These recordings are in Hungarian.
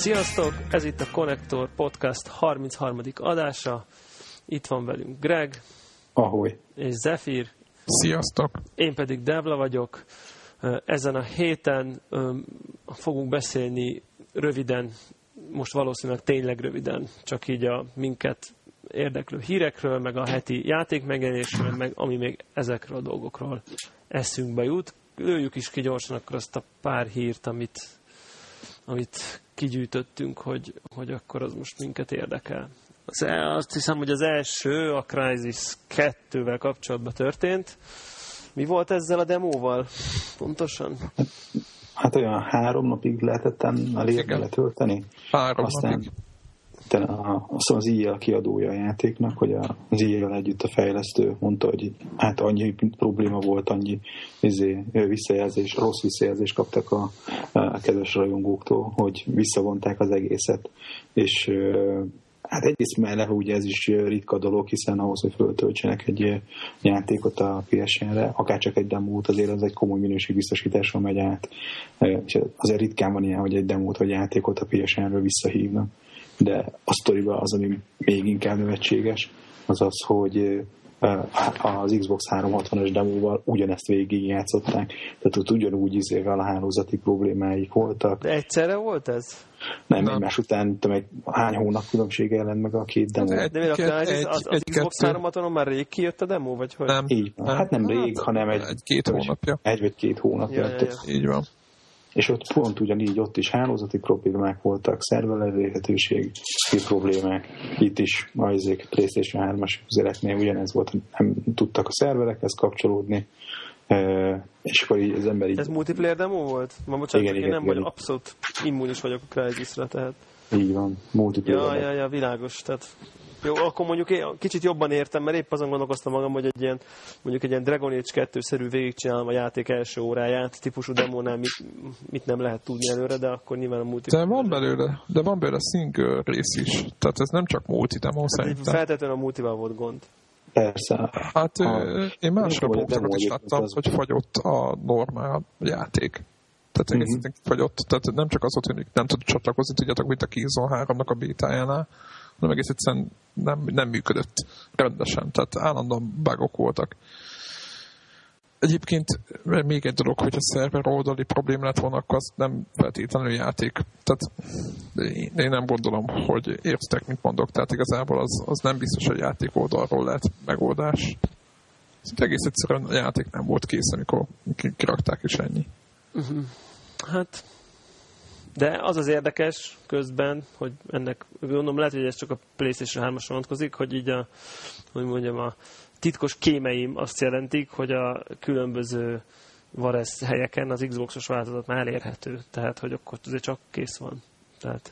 Sziasztok! Ez itt a Konnektor Podcast 33. adása. Itt van velünk Greg. Ahogy. És Zephyr. Sziasztok! Én pedig Devla vagyok. Ezen a héten fogunk beszélni röviden, most valószínűleg tényleg röviden, csak így a minket érdeklő hírekről, meg a heti játékmegjelenésről, meg ami még ezekről a dolgokról eszünkbe jut. Lőjük is ki gyorsan akkor azt a pár hírt, amit kigyűjtöttünk, hogy akkor az most minket érdekel. Azt hiszem, hogy az első a Crysis 2-vel kapcsolatban történt. Mi volt ezzel a demóval? Pontosan? Hát olyan 3 napig lehetett elérni letölteni. 3 Aztán napig. Az EA kiadója a játéknak, hogy az EA-vel együtt a fejlesztő mondta, hogy hát annyi probléma volt, annyi visszajelzés, rossz visszajelzést kaptak a kedves rajongóktól, hogy visszavonták az egészet. És hát egyrészt mellett ugye ez is ritka dolog, hiszen ahhoz, hogy föltöltsenek egy játékot a PSN-re, akárcsak egy demót, azért az egy komoly minőségbiztosításon megy át. És azért ritkán van ilyen, hogy egy demót vagy játékot a PSN-ről visszahívnak. De a sztoriban az, ami még inkább nevetséges, az az, hogy az Xbox 360-as demóval ugyanezt végigjátszották. Tehát ott ugyanúgy izével a hálózati problémáik voltak. De egyszerre volt ez? Nem, egymás után hány hónap különbsége jelent meg a két demó. De az Xbox 360-on már rég kijött a demo, vagy hogy? Nem. Így van. Hát nem rég, hanem egy-két hónapja. Egy vagy 2 hónapja. Ja. Így van. És ott pont ugyanígy, ott is hálózati problémák voltak, szerver elérhetőség problémák. Itt is a PlayStation 3-as üzeretnél ugyanez volt, nem tudtak a szerverekhez kapcsolódni, és akkor így az ember így... Ez multiplayer demo volt? Bocsánat, igen, nem vagy abszolút immunis vagyok a Crysisre, tehát... Így van, multiplayer. Ja, világos, tehát... Jó, akkor mondjuk én kicsit jobban értem, mert épp azon gondolkoztam magam, hogy egy ilyen Dragon Age 2-szerű végigcsinálom a játék első óráját, típusú demónál mit nem lehet tudni előre, de akkor nyilván a multiplayer... De van belőle single rész is, tehát ez nem csak multi demo szerintem. Feltétlenül a multival volt gond. Persze. Hát én másra pontokat is láttam, hogy fagyott a normál játék. Tehát egészen fagyott, tehát nem csak az volt, hogy nem tudott csatlakozni, tudjátok, mint a Killzone 3-nak a bétájánál, hanem egész egyszerűen nem működött rendesen, tehát állandóan bugok voltak. Egyébként még egy dolog, hogy a szerver oldali probléma lett volna, akkor az nem feltétlenül játék. Tehát én nem gondolom, hogy értek, mint mondok, tehát igazából az nem biztos, hogy játék oldalról lehet megoldás. Egész egyszerűen a játék nem volt kész, amikor kirakták, és ennyi. Hát... De az érdekes közben, hogy ennek, gondolom lehet, hogy ez csak a PlayStation 3-asra vonatkozik, hogy így a titkos kémeim azt jelentik, hogy a különböző Varez helyeken az Xboxos változat már elérhető. Tehát, hogy akkor azért csak kész van. Tehát...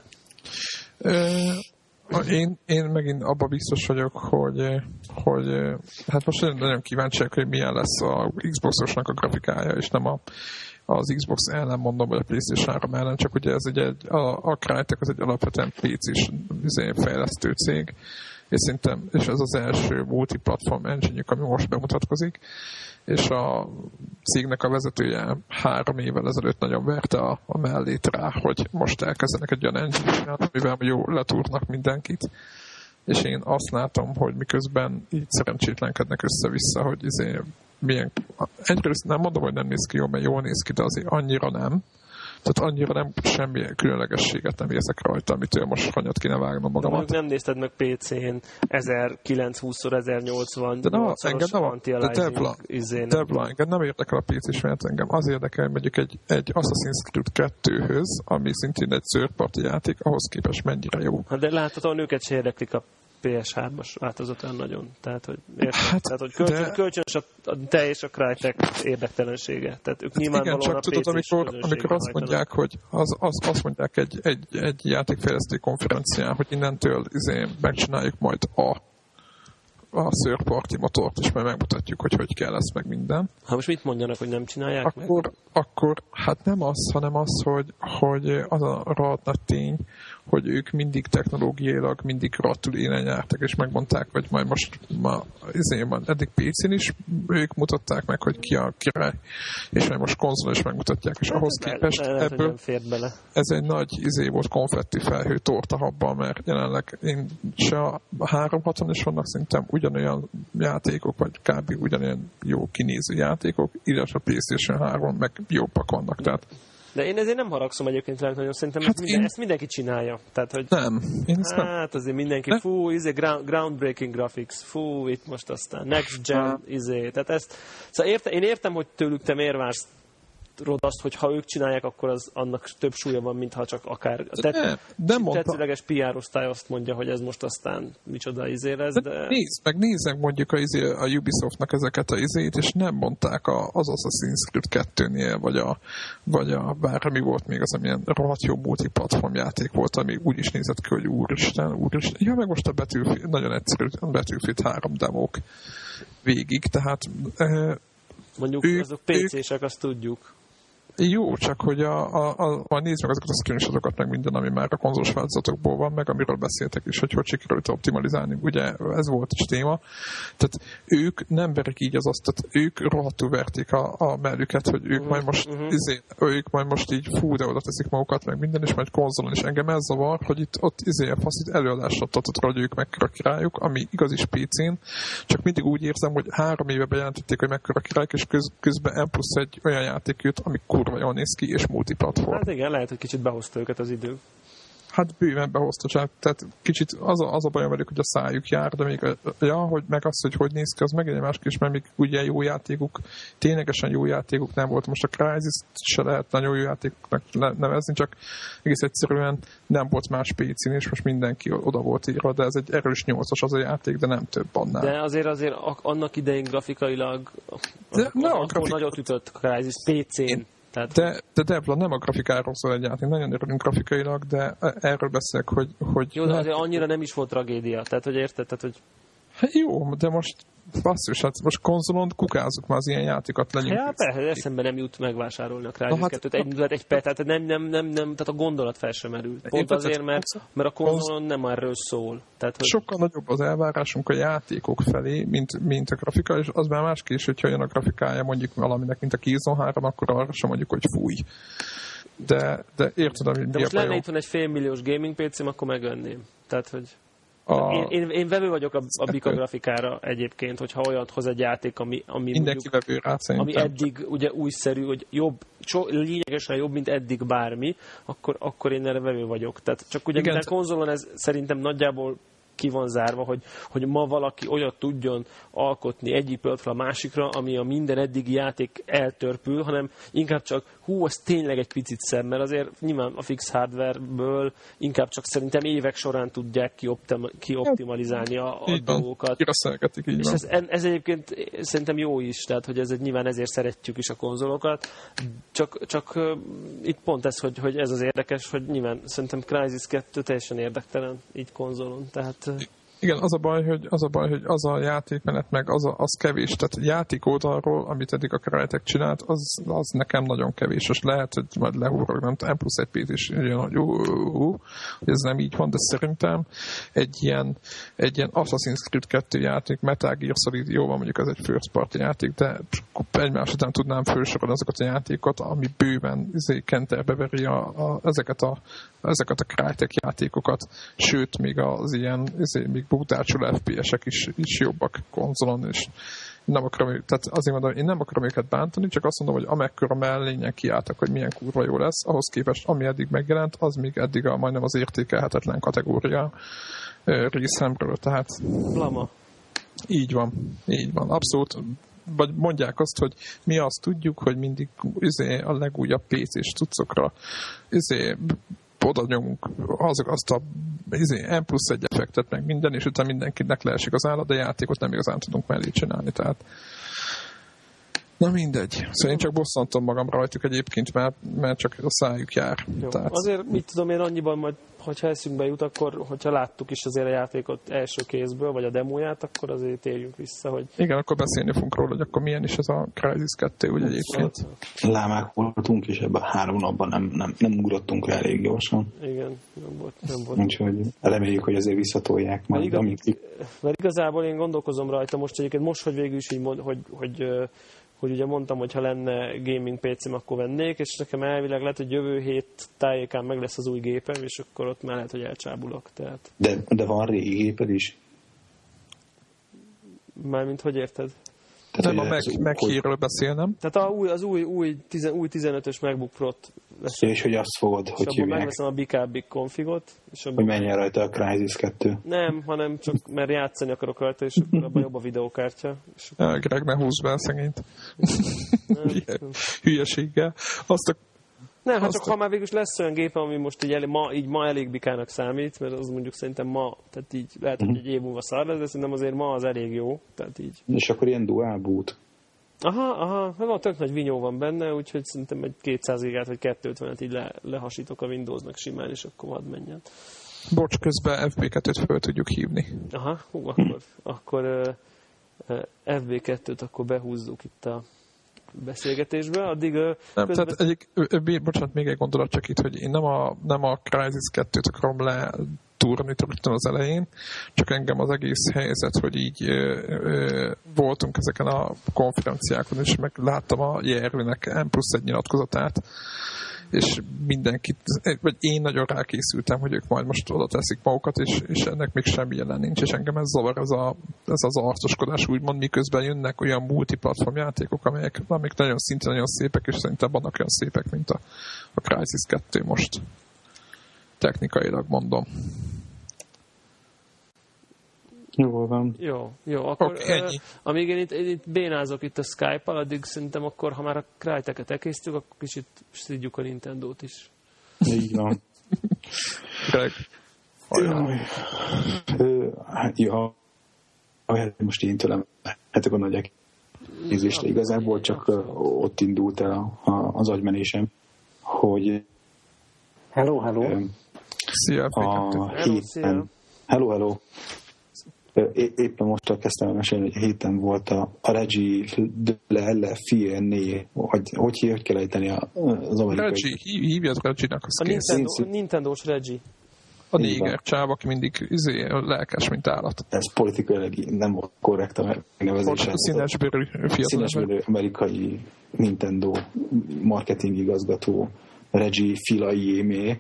Én megint abban biztos vagyok, hogy hát most nagyon kíváncsiak, hogy milyen lesz a Xboxosnak a grafikája, és nem az Xbox ellen mondom, vagy a PlayStation 3 ellen, csak ugye ez ugye a Crytek az egy alapvetően PC-s fejlesztő cég, és ez az első multiplatform engine-jük, ami most bemutatkozik, és a cégnek a vezetője 3 évvel ezelőtt nagyon verte a mellét rá, hogy most elkezdenek egy olyan engine csinálni, amivel jó letúrnak mindenkit. És én azt látom, hogy miközben így szerencsétlenkednek össze-vissza, hogy milyen... Egyrészt nem mondom, hogy nem néz ki jól, mert jól néz ki, de azért annyira nem. Tehát annyira nem semmilyen különlegességet nem érzek rajta, amitől most hanyat kéne vágnom magamat. Nem nézted meg PC-n 1920x1080 de engem nem érdekel a PC-s, mert engem az érdekel, hogy mondjuk egy Assassin's Creed 2-höz, ami szintén egy third party játék, ahhoz képest mennyire jó. Hát de láthatóan őket se érdeklik a PS3-as változat olyan nagyon. Tehát, hogy kölcsönös a te és a Crytek érdektelensége. Tehát ők nyilvánvalóan igen, csak tudod, amikor azt mondják, hogy azt mondják egy játékfejlesztő konferencián, hogy innentől megcsináljuk majd a third party motort, és majd megmutatjuk, hogy kell lesz meg minden. Ha most mit mondjanak, hogy nem csinálják akkor hát nem az, hanem az, hogy az a rohadt nagy tény, hogy ők mindig technológiailag mindig rohadtul élen jártak, és megmondták, hogy majd most eddig PC-n is ők mutatták meg, hogy ki a király, és majd most konzolon is megmutatják, és ahhoz képest ebből ez egy nagy volt konfetti felhő tortahabban, mert jelenleg én se a 360 is vannak szerintem ugyanolyan játékok, vagy kb. Ugyanolyan jó kinéző játékok, illetve a PlayStation 3 meg jobbak vannak, tehát de én ezért nem haragszom egyébként rá, nagyon szerintem hát ezt mindenki csinálja. Tehát, hogy nem. Hát azért mindenki, groundbreaking graphics, itt most aztán next gen, tehát szóval én értem, hogy tőlük te miért vársz azt, hogy ha ők csinálják, akkor az annak több súlya van, mintha csak akár tetszőleges PR osztály azt mondja, hogy ez most aztán micsoda lesz, de... Nézzek mondjuk a Ubisoftnak ezeket a és nem mondták az Assassin's Creed 2-nél, vagy a bármi volt még az, amilyen rohadt jó multiplatform játék volt, ami úgy is nézett ki, hogy úristen. Ja, meg most a nagyon egyszerű Battlefield 3 demók végig, tehát... Mondjuk azok PC-sek, azt tudjuk. Jó, csak hogy majd nézd meg azokat a screenshotokat, meg minden, ami már a konzolos változatokból van, meg amiről beszéltek is, hogy sikerült optimalizálni. Ugye ez volt is téma. Tehát ők nem verik így az azt, tehát ők rohadtul verték a mellüket, hogy ők majd most így de oda teszik magukat, meg minden, és majd konzolon is. Engem ez zavar, hogy ott a faszit előadásra adott rá, hogy ők mekkora királyuk, ami igaz is PC-n, csak mindig úgy érzem, hogy 3 éve bejelentették, hogy mekkora királyuk, és közben M+1 olyan játék jött, ami kurva jól néz ki, és multiplatform. Hát igen, lehet, hogy kicsit behozta őket az idő. Hát bőven behozta, tehát kicsit az a bajom velük, hogy a szájuk jár, de még hogy meg az, hogy néz ki, az meg egy más kis, mert még ugye jó játékuk, ténylegesen jó játékuk nem volt. Most a Crysis se lehet nagyon jó játékoknak nevezni, csak egész egyszerűen nem volt más PC-n, és most mindenki oda volt írva, de ez egy erős 8-as az a játék, de nem több annál. De azért annak idején grafikailag akkor nagyot ütött a Crysis PC-n. De Debla, nem a grafikáról szól egyáltalán, nagyon örülünk grafikailag, de erről beszélek, hogy jó, de azért annyira nem is volt tragédia, tehát hogy érted, tehát hogy... Hát jó, de most basszus, hát most konzolon kukázzuk már az ilyen játékokat legyünk. Ja, persze, eszembe nem jut megvásárolni a Crysis 2-t, egy perc, tehát nem, tehát a gondolat fel sem merült. Pont azért, mert a konzolon nem erről szól. Tehát, hogy... Sokkal nagyobb az elvárásunk a játékok felé, mint a grafika, és az már másképp is, hogyha jön a grafikája mondjuk valaminek, mint a Killzone 3, akkor arra sem mondjuk, hogy fúj. De érted, hogy de most lenne itt van egy félmilliós gaming PC-m, akkor megvenném. Tehát, hogy... Én vevő vagyok a Bika grafikára egyébként, hogyha olyat hoz egy játék, ami mindenki mondjuk, vevő rá, ami eddig ugye újszerű, hogy jobb, lényegesen jobb, mint eddig bármi, akkor én erre vevő vagyok. Tehát csak ugye minden konzolon ez szerintem nagyjából ki van zárva, hogy ma valaki olyat tudjon alkotni egyik pillanatról a másikra, ami a minden eddigi játék eltörpül, hanem inkább csak ez tényleg egy picit szebb, mert azért nyilván a fix hardwareből inkább csak szerintem évek során tudják kioptimalizálni a dolgokat. És ez egyébként szerintem jó is, tehát hogy nyilván ezért szeretjük is a konzolokat, csak itt pont ez, hogy ez az érdekes, hogy nyilván szerintem Crysis 2 teljesen érdektelen így konzolon, tehát igen, az a baj, hogy az a játékmenet meg az kevés. Tehát játék oldalról, amit eddig a Crytek csinált, az nekem nagyon kevés. És lehet, hogy majd lehúrok, nem tudom, M+1 is jön, hogy ez nem így van, de szerintem egy ilyen Assassin's Creed 2 játék, Metal Gear Solid, jó van, mondjuk ez egy first party játék, de egymás után tudnám felsorolni azokat a játékokat, ami bőven kenterbe veri ezeket a Crytek játékokat, sőt, még az ilyen még brutácsul FPS-ek is jobbak konzolon, és tehát azért mondom, én nem akarom őket bántani, csak azt mondom, hogy amekkora mellényen kiálltak, hogy milyen kurva jó lesz, ahhoz képest, ami eddig megjelent, az még eddig majdnem az értékelhetetlen kategória részemről, tehát... Lama. Így van, abszolút. Vagy mondják azt, hogy mi azt tudjuk, hogy mindig a legújabb PC-s cuccokra oda nyomunk azt a M+1 effektet, meg minden, és utána mindenkinek leesik az állat, de játékot nem igazán tudunk mellé csinálni, tehát Na mindegy. Szóval én csak bosszantom magam rajtuk egyébként, mert csak a szájuk jár. Tehát... Azért, mit tudom én, annyiban majd, hogyha eszünkbe jut, akkor, hogyha láttuk is azért a játékot első kézből, vagy a demóját, akkor azért térjünk vissza, hogy... Igen, akkor beszélni fogunk róla, hogy akkor milyen is ez a Crysis 2, ugye egyébként. Lámák voltunk, és ebben 3 napban nem ugrottunk rá elég gyorsan. Igen, nem volt. Úgyhogy reméljük, hogy azért visszatolják majd. Mert igazából én gondolkozom rajta most egyébként, hogy végül is így hogy ugye mondtam, hogy ha lenne gaming PC-m, akkor vennék, és nekem elvileg lehet, hogy jövő hét tájékán meg lesz az új gépem, és akkor ott már lehet, hogy elcsábulok. Tehát... De van régi géped is? Mármint, hogy érted? Tehát nem a Mac hírről beszél, nem? Tehát az új 15-ös MacBook Pro-t veszem. És hogy azt fogod, hogy hívják? Megveszem a BKB konfigot. És hogy menjen rajta a Crysis 2? Nem, hanem csak mert játszani akarok rajta, és akkor abban jobb a videókártya. Akkor... Greg, ne húzz be szegényt. Hülyeséggel. Nem, csak ha már végül lesz olyan gépem, ami most így ma elég bikának számít, mert az mondjuk szerintem ma, tehát így lehet, hogy egy év múlva szar lesz, de szerintem azért ma az elég jó. Tehát így. És akkor ilyen dual boot? Aha, van tök nagy vinyó van benne, úgyhogy szerintem egy 200 gigát vagy 250-et így lehasítok a Windowsnak simán, és akkor hadd menjen. Bocs, közben FB2-t föl tudjuk hívni. Aha, akkor FB2-t akkor behúzzuk itt a beszélgetésbe, addig... Nem, tehát bocsánat, még egy gondolat csak itt, hogy én nem a Crysis 2-t akarom letúrni rögtön az elején, csak engem az egész helyzet, hogy így voltunk ezeken a konferenciákon, és meg láttam a Jerrynek N+1 nyilatkozatát, és mindenkit, vagy én nagyon rákészültem, hogy ők majd most oda teszik magukat, és ennek még semmi jelen nincs, és engem ez zavar, ez az arcoskodás, úgymond, miközben jönnek olyan multiplatform játékok, amik nagyon szintén nagyon szépek, és szerintem vannak olyan szépek, mint a Crysis 2 most. Technikailag mondom. Jól van. Jó, akkor ennyi. amíg én itt bénázok itt a Skype-al, addig szerintem akkor, ha már a Crytek-et elkészítjük, akkor kicsit szidjuk a Nintendót is. Így van. Greg. Most én tőlem lehetek a nagy elkézésre. Igazából csak ott indult el az agymenésem, hogy Hello. Szia, a héten... Hello. Éppen most kezdtem mesélni, hogy a héten volt a Reggie de la Fienné, hogy kell ejteni az amerikai... Reggie, hívjad Reggie-nak, az kész. Nintendo-s Reggie. A néger csáv, aki mindig lelkes, mint állat. Ez politikailag nem volt korrekt a megnevezése. Színesbőrű amerikai Nintendo marketing igazgató Reggie Fils-Aimé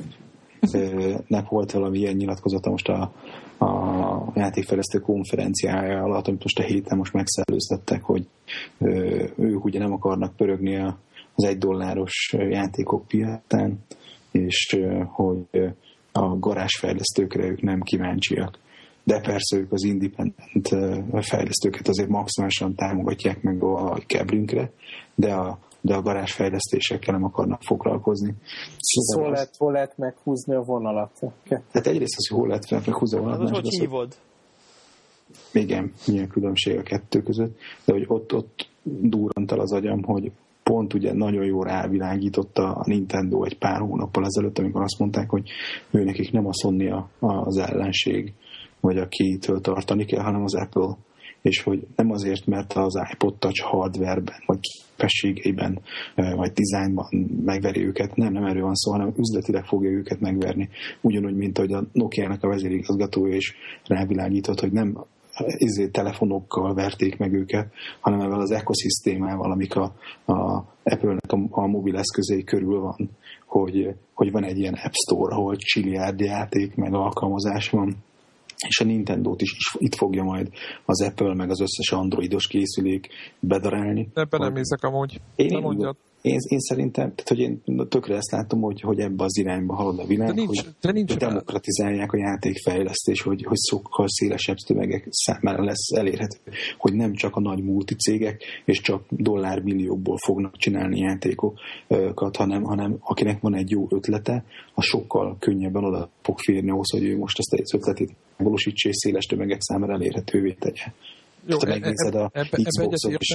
nek volt valami ilyen nyilatkozata most a játékfejlesztő konferenciája alatt, amit most a héten most megszellőztettek, hogy ők ugye nem akarnak pörögni az $1 játékok piacán, és hogy a garázsfejlesztőkre ők nem kíváncsiak. De persze ők az independent fejlesztőket azért maximálisan támogatják meg a keblünkre, de a garázsfejlesztésekkel nem akarnak foglalkozni. Hol lehet meghúzni a vonalat? Tehát egyrészt az, hogy hol lehet meghúzni a vonalat. Hát, hogy hívod? Igen, milyen különbség a kettő között, de hogy ott durrant el az agyam, hogy pont ugye nagyon jól rávilágította a Nintendo egy pár hónappal ezelőtt, amikor azt mondták, hogy ő nekik nem a Sony az ellenség, vagy akitől tartani kell, hanem az Apple. És hogy nem azért, mert az iPod Touch hardwareben, vagy képességeiben, vagy dizájnban megveri őket, nem erről van szó, hanem üzletileg fogja őket megverni. Ugyanúgy, mint ahogy a Nokia-nak a vezérigazgatója is rávilágított, hogy nem telefonokkal verték meg őket, hanem ezzel az ekoszisztémával, amik a Apple-nek a mobil eszközei körül van, hogy van egy ilyen App Store, ahol csiliárd játék, meg alkalmazás van, és a Nintendót is itt fogja majd az Apple, meg az összes androidos készülék bedarálni. Ebben nem hiszek amúgy. Én szerintem, tehát, hogy én tökre ezt látom, hogy ebbe az irányba halad a világ, hogy demokratizálják a játékfejlesztés, hogy sokkal szélesebb tömegek számára lesz elérhető, hogy nem csak a nagy multicégek, és csak dollármilliókból fognak csinálni játékokat, hanem akinek van egy jó ötlete, az sokkal könnyebben oda fog férni ahhoz, hogy ő most ezt az ötletét megvalósítsa, és széles tömegek számára elérhetővé tegye. Jó, ebbe egyetértek.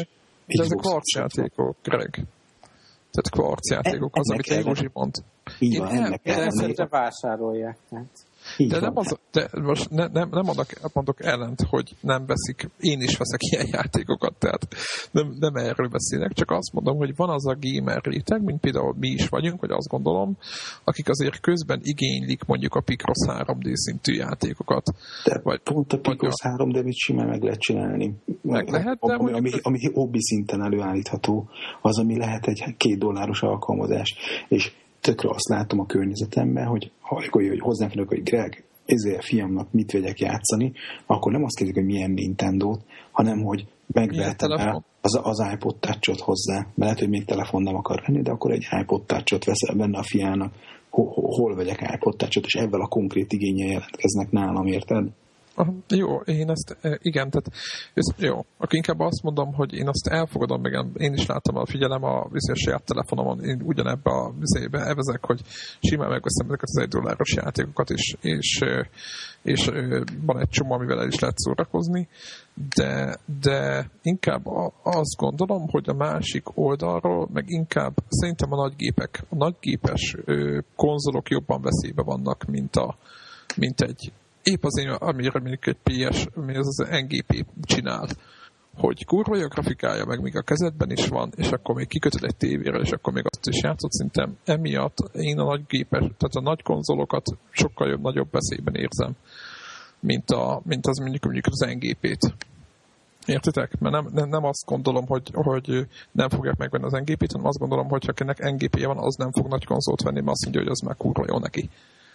De ezek harcjátékok, Greg. Tehát kvarcjátékok, az, amit a Józsi mond. Így van, ennek ellenére vásárolják. De nem most nem mondok ellent, hogy nem veszik, én is veszek ilyen játékokat, tehát nem erről beszélek, csak azt mondom, hogy van az a gamer réteg, mint például mi is vagyunk, vagy azt gondolom, akik azért közben igénylik mondjuk a Picross 3D szintű játékokat. De vagy, pont a Picross 3D-t simán meg lehet csinálni. Meg lehet, de ami hobbi szinten előállítható, az, ami lehet egy $2 alkalmazás, és tökre azt látom a környezetemben, hogy hozzám félök, hogy Greg, ezért fiamnak mit vegyek játszani, akkor nem azt kérdezik, hogy milyen Nintendót, hanem hogy megvehetem el az iPod Touch-ot hozzá. Mert lehet, hogy még telefon nem akar venni, de akkor egy iPod Touch-ot veszel benne a fiának. Hol vegyek iPod Touch-ot, és ebben a konkrét igénye jelentkeznek nálam, érted? Jó, én ezt, igen, tehát jó, akkor inkább azt mondom, hogy én azt elfogadom, meg én is láttam, figyelem a saját telefonomon, én ugyanebbe a vizébe evezek, hogy simán megveszem ezeket az $1 játékokat, és van egy csomó, amivel el is lehet szórakozni, de inkább azt gondolom, hogy a másik oldalról, meg inkább szerintem a nagygépes konzolok jobban veszélybe vannak, mint egy épp azért, amire mondjuk egy PS, ami az NGP csinál, hogy kurva jó grafikája, meg még a kezedben is van, és akkor még kikötöd egy tévére, és akkor még azt is játszott, szerintem emiatt én a nagy gépes, tehát a nagy konzolokat sokkal nagyobb veszélyben érzem, mint az mondjuk az NGP-t. Értitek? Mert nem azt gondolom, hogy nem fogják megvenni az NGP-t, hanem azt gondolom, hogy ha akinek NGP-je van, az nem fog nagy konzolt venni, mert azt mondja, hogy az már kurva jó neki.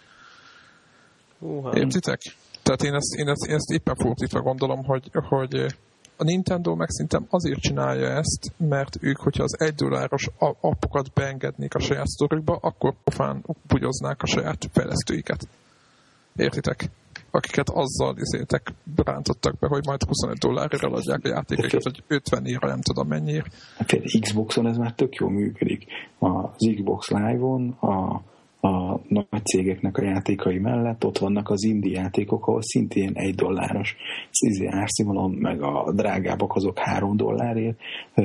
Értitek? Tehát én ezt éppen fordítva gondolom, hogy a Nintendo meg szerintem azért csinálja ezt, mert ők, hogyha az $1 appokat beengednék a saját sztorikba, akkor pofán bugyoznák a saját fejlesztőiket. Értitek? Akiket azzal rántottak be, hogy majd $25 adják a játékokat, vagy 50-ére, nem tudom mennyiért. Xboxon ez már tök jól működik. Az Xbox Live-on a nagy cégeknek a játékai mellett ott vannak az indie játékok, ahol szintén $1 árszínvonalon, meg a drágábbak azok $3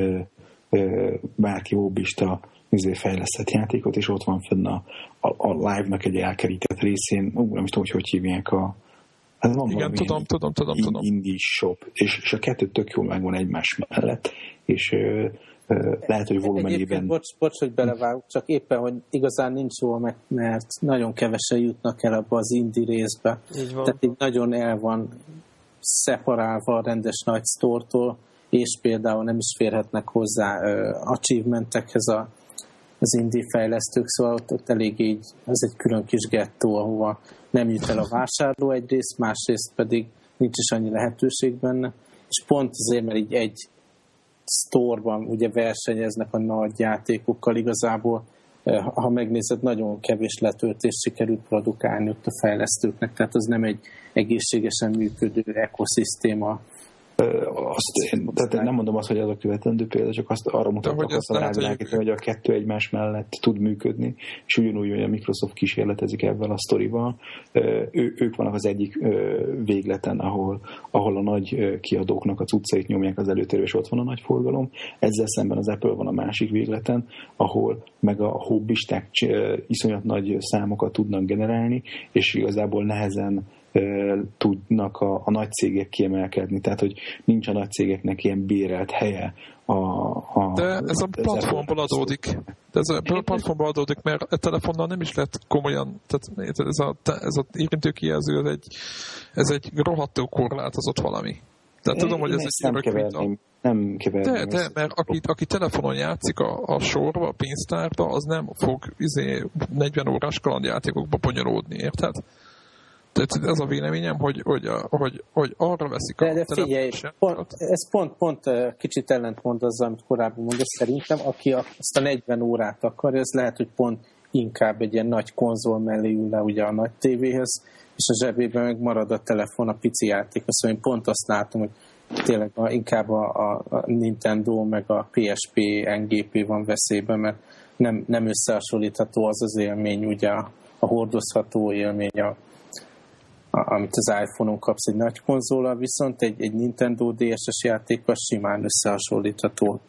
bárki hobbista fejlesztett játékot, és ott van fenn a live-nak egy elkerített részén, nem is tudom, hogy hívják igen, tudom. Indie shop, és a kettő tök jól megvan egymás mellett, és lehet, hogy volumenében... Bocs, hogy belevágok, csak éppen, hogy igazán nincs jól, mert nagyon kevesen jutnak el abba az indie részbe. Tehát így nagyon el van szeparálva a rendes nagy sztortól, és például nem is férhetnek hozzá achievementekhez az indie fejlesztők, szóval ott elég így, ez egy külön kis gettó, ahova nem jut el a vásárló egyrészt, másrészt pedig nincs is annyi lehetőség benne, és pont azért, mert így egy sztorban ugye versenyeznek a nagy játékokkal, igazából, ha megnézed, nagyon kevés letöltést sikerült produkálni ott a fejlesztőknek, tehát az nem egy egészségesen működő ekoszisztéma. Tehát nem mondom azt, hogy az a követendő példa, csak azt arra mutattak azt a rávilágítani, hogy a kettő egymás mellett tud működni, és ugyanúgy, hogy a Microsoft kísérletezik ebben a sztorival. Ők vannak az egyik végleten, ahol a nagy kiadóknak a cuccait nyomják az előtérbe, és ott van a nagy forgalom. Ezzel szemben az Apple van a másik végleten, ahol meg a hobbisták iszonyat nagy számokat tudnak generálni, és igazából nehezen tudnak a nagy cégek kiemelkedni, tehát hogy nincs a nagy cégeknek ilyen bérelt helye. De ez a platformból adódik. Mert a telefonnal nem is lehet komolyan, tehát ez az érintőkijelző, ez egy rohadtul korlátozott valami. Tehát tudom, hogy ez egy nem keverném. De mert aki telefonon játszik a sorba, a pénztárba, az nem fog 40 órás kalandjátékokba bonyolódni, érted? Tehát ez a véleményem, hogy arra veszik a figyelj, ez pont kicsit ellentmond azzal, amit korábban mondasz, szerintem, aki azt a 40 órát akarja, az lehet, hogy pont inkább egy ilyen nagy konzol mellé ül le ugye a nagy tévéhez, és a zsebében meg marad a telefon, a pici játék. Szóval én pont azt látom, hogy tényleg inkább a Nintendo meg a PSP, NGP van veszélyben, mert nem összehasonlítható az élmény, ugye a hordozható élmény, amit az iPhone-on kapsz egy nagy konzollal, viszont egy Nintendo DS-es játékkal simán összehasonlítható.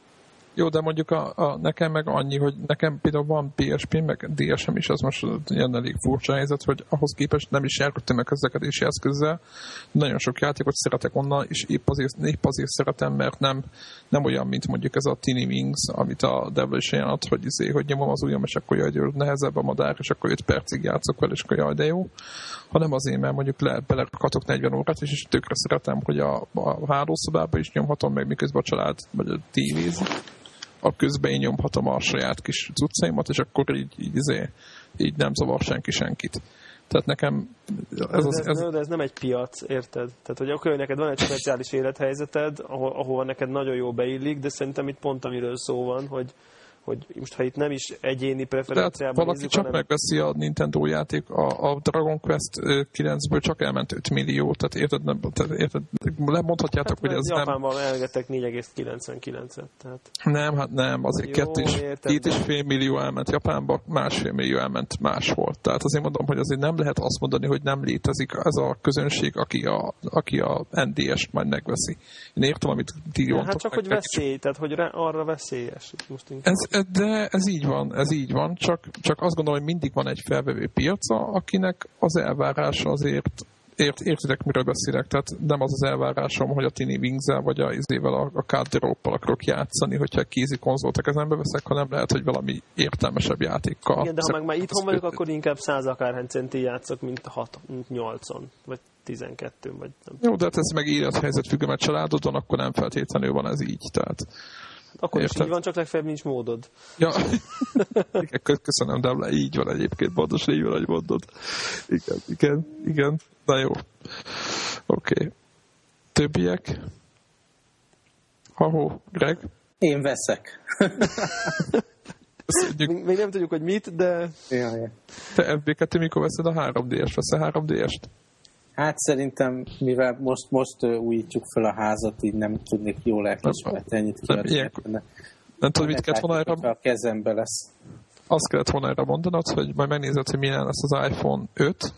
Jó, de mondjuk nekem meg annyi, hogy nekem például van PSP, meg DSM is, az most ilyen elég furcsa helyzet, hogy ahhoz képest nem is járkottam meg közlekedési eszközzel. Nagyon sok játékot szeretek onnan, és épp azért szeretem, mert nem olyan, mint mondjuk ez a Tiny Wings, amit a Devil is ajánlott, hogy nyomom az ujjam, és akkor jaj, nehezebb a madár, és akkor 5 percig játszok vele, és akkor jaj, de jó. Hanem azért, mert mondjuk belerakatok 40 órát, és tökre szeretem, hogy a hálószobában is nyomhatom meg, miközben a család vagy a tévézik. A közben én nyomhatom a saját kis cuccaimat, és akkor így nem zavar senkit. Tehát nekem ez nem egy piac, érted? Tehát, hogy akkor neked van egy speciális élethelyzeted, ahova neked nagyon jó beillik, de szerintem itt pont amiről szó van, hogy most, ha itt nem is egyéni preferenciában valaki nézzük, csak hanem... megveszi a Nintendo játék, a Dragon Quest 9-ből csak elment 5 millió, tehát érted lemondhatjátok, hogy ez Japánban elgettek 4,99-et. Tehát... Nem, azért 2,5 millió elment Japánba, 1,5 millió elment máshol. Tehát azért mondom, hogy azért nem lehet azt mondani, hogy nem létezik ez a közönség, aki a NDS-t majd megveszi. Én értem, amit ti mondtok. Hát csak, hogy veszély, tehát hogy arra veszélyes. De ez így van, csak azt gondolom, hogy mindig van egy felvevő piaca, akinek az elvárása azért, értitek, miről beszélek, tehát nem az elvárásom, hogy a Tiny Wings-el vagy a Card Drop-pal akarok játszani, hogyha kézi konzolt a kezembe veszek, hanem lehet, hogy valami értelmesebb játékkal. Igen, de ha meg már itthon vagyok, akkor inkább 100 akárhány centi játszok, mint 8-on, vagy 12, vagy nem. Jó, de hát ez meg élethelyzet függő, mert családodon, akkor nem feltétlenül van ez így, tehát... Akkor is így van, csak legfeljebb nincs módod. Ja, köszönöm, de így van egyébként, pontosan így van, hogy mondod. Igen. Na jó. Oké. Többiek? Greg? Én veszek. Még nem tudjuk, hogy mit, de... Ja. Te FB2 mikor veszed a 3DS-t? Veszel 3DS-t? Hát szerintem, mivel most újítjuk fel a házat, így nem tudnék jól elkismert ennyit kiadni. Nem tudom, mit kellett volna erre... A kezembe lesz. Azt kellett volna erre mondanod, hogy majd megnézed, hogy milyen lesz az iPhone 5.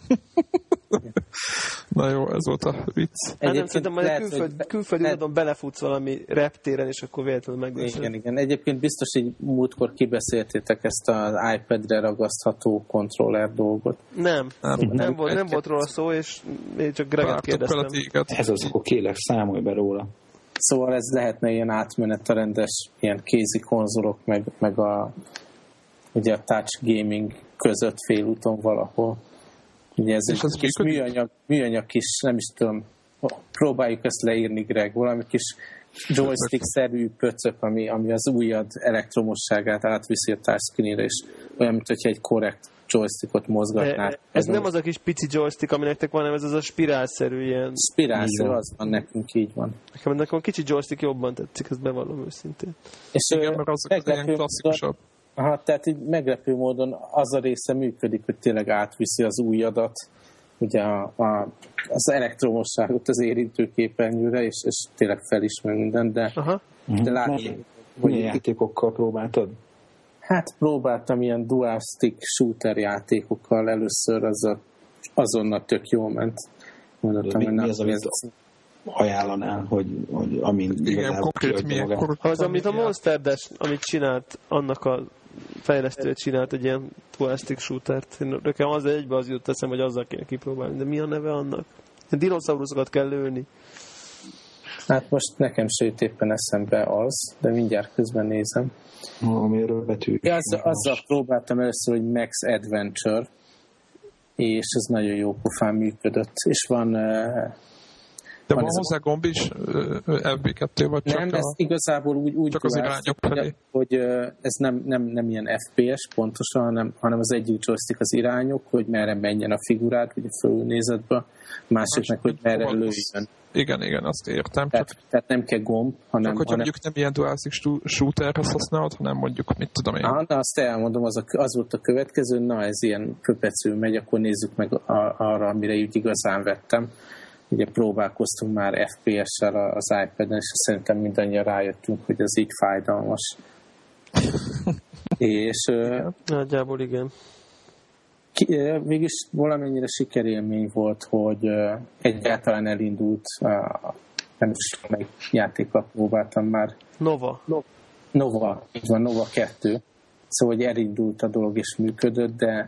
Na jó, ez volt a vicc. Hát nem szerintem, majd külföldi módon belefutsz valami reptéren, és akkor véletlenül megveszed. Igen. Egyébként biztos, hogy múltkor kibeszéltétek ezt az iPad-re ragasztható kontroller dolgot. Nem volt róla szó, és én csak Greget kérdeztem. Ez az, akkor kérlek, számolj be róla. Szóval ez lehetne ilyen átmenet a rendes ilyen kézi konzolok, meg ugye a touch gaming között félúton valahol. Ugye ez egy kis műanyag kis, nem is tudom, próbáljuk ezt leírni, Greg, valami kis joystick-szerű pöcök, ami az ujjad elektromosságát átviszi a touchscreenre, és olyan, mint hogyha egy korrekt joystickot mozgatnál. Ez nem az a kis pici joystick, ami nektek van, hanem ez az a spirálszerű ilyen... Spirálszerű, az van nekünk, így van. Nekem a kicsi joystick jobban tetszik, ezt bevallom őszintén. És igen, mert az ilyen klasszikusabb. Tehát így meglepő módon az a része működik, hogy tényleg átviszi az ujjadat, ugye az elektromosságot az érintőképernyőre, és tényleg felismer mindent, de látni, hogy játékokkal próbáltad? Hát próbáltam ilyen dual stick shooter játékokkal először, azonnal tök jól ment. Mi az, amit ajánlanál, hogy amint igazából kiadja magát? Az, amit a Monster Dash, amit csinált, annak a fejlesztőt csinált egy ilyen dual stick shootert. Nekem az egybe az jut eszem, hogy azzal kéne kipróbálni. De mi a neve annak? Dinoszauruszokat kell lőni. Hát most nekem se jut éppen eszembe az, de mindjárt közben nézem. Amiről betűk. Ja, azzal próbáltam először, hogy Max Adventure, és ez nagyon jó pofán működött. És van... De van hozzá gomb is FB2, vagy csak nem, ez igazából úgy csak az irányok felé. Hogy ez nem ilyen FPS pontosan, hanem az egyik joystick az irányok, hogy merre menjen a figurát, ugye fölnézetbe, másiknak, hogy merre lőjön. Igen, azt értem. Tehát nem kell gomb, hanem... Csak mondjuk nem ilyen dual-stick shooterhez használod, hanem mondjuk, mit tudom én. Na, azt elmondom, az volt a következő, na ez ilyen pöpecül megy, akkor nézzük meg arra, amire úgy igazán vettem. Ugye próbálkoztunk már FPS-sel az iPad-en, és szerintem mindannyian rájöttünk, hogy ez így fájdalmas. És... Nagyjából igen. Mégis valamennyire sikerélmény volt, hogy egyáltalán elindult, nem is tudom, melyik játékkal próbáltam már. Nova. Nova, így van, Nova 2. Szóval, hogy elindult a dolog és működött, de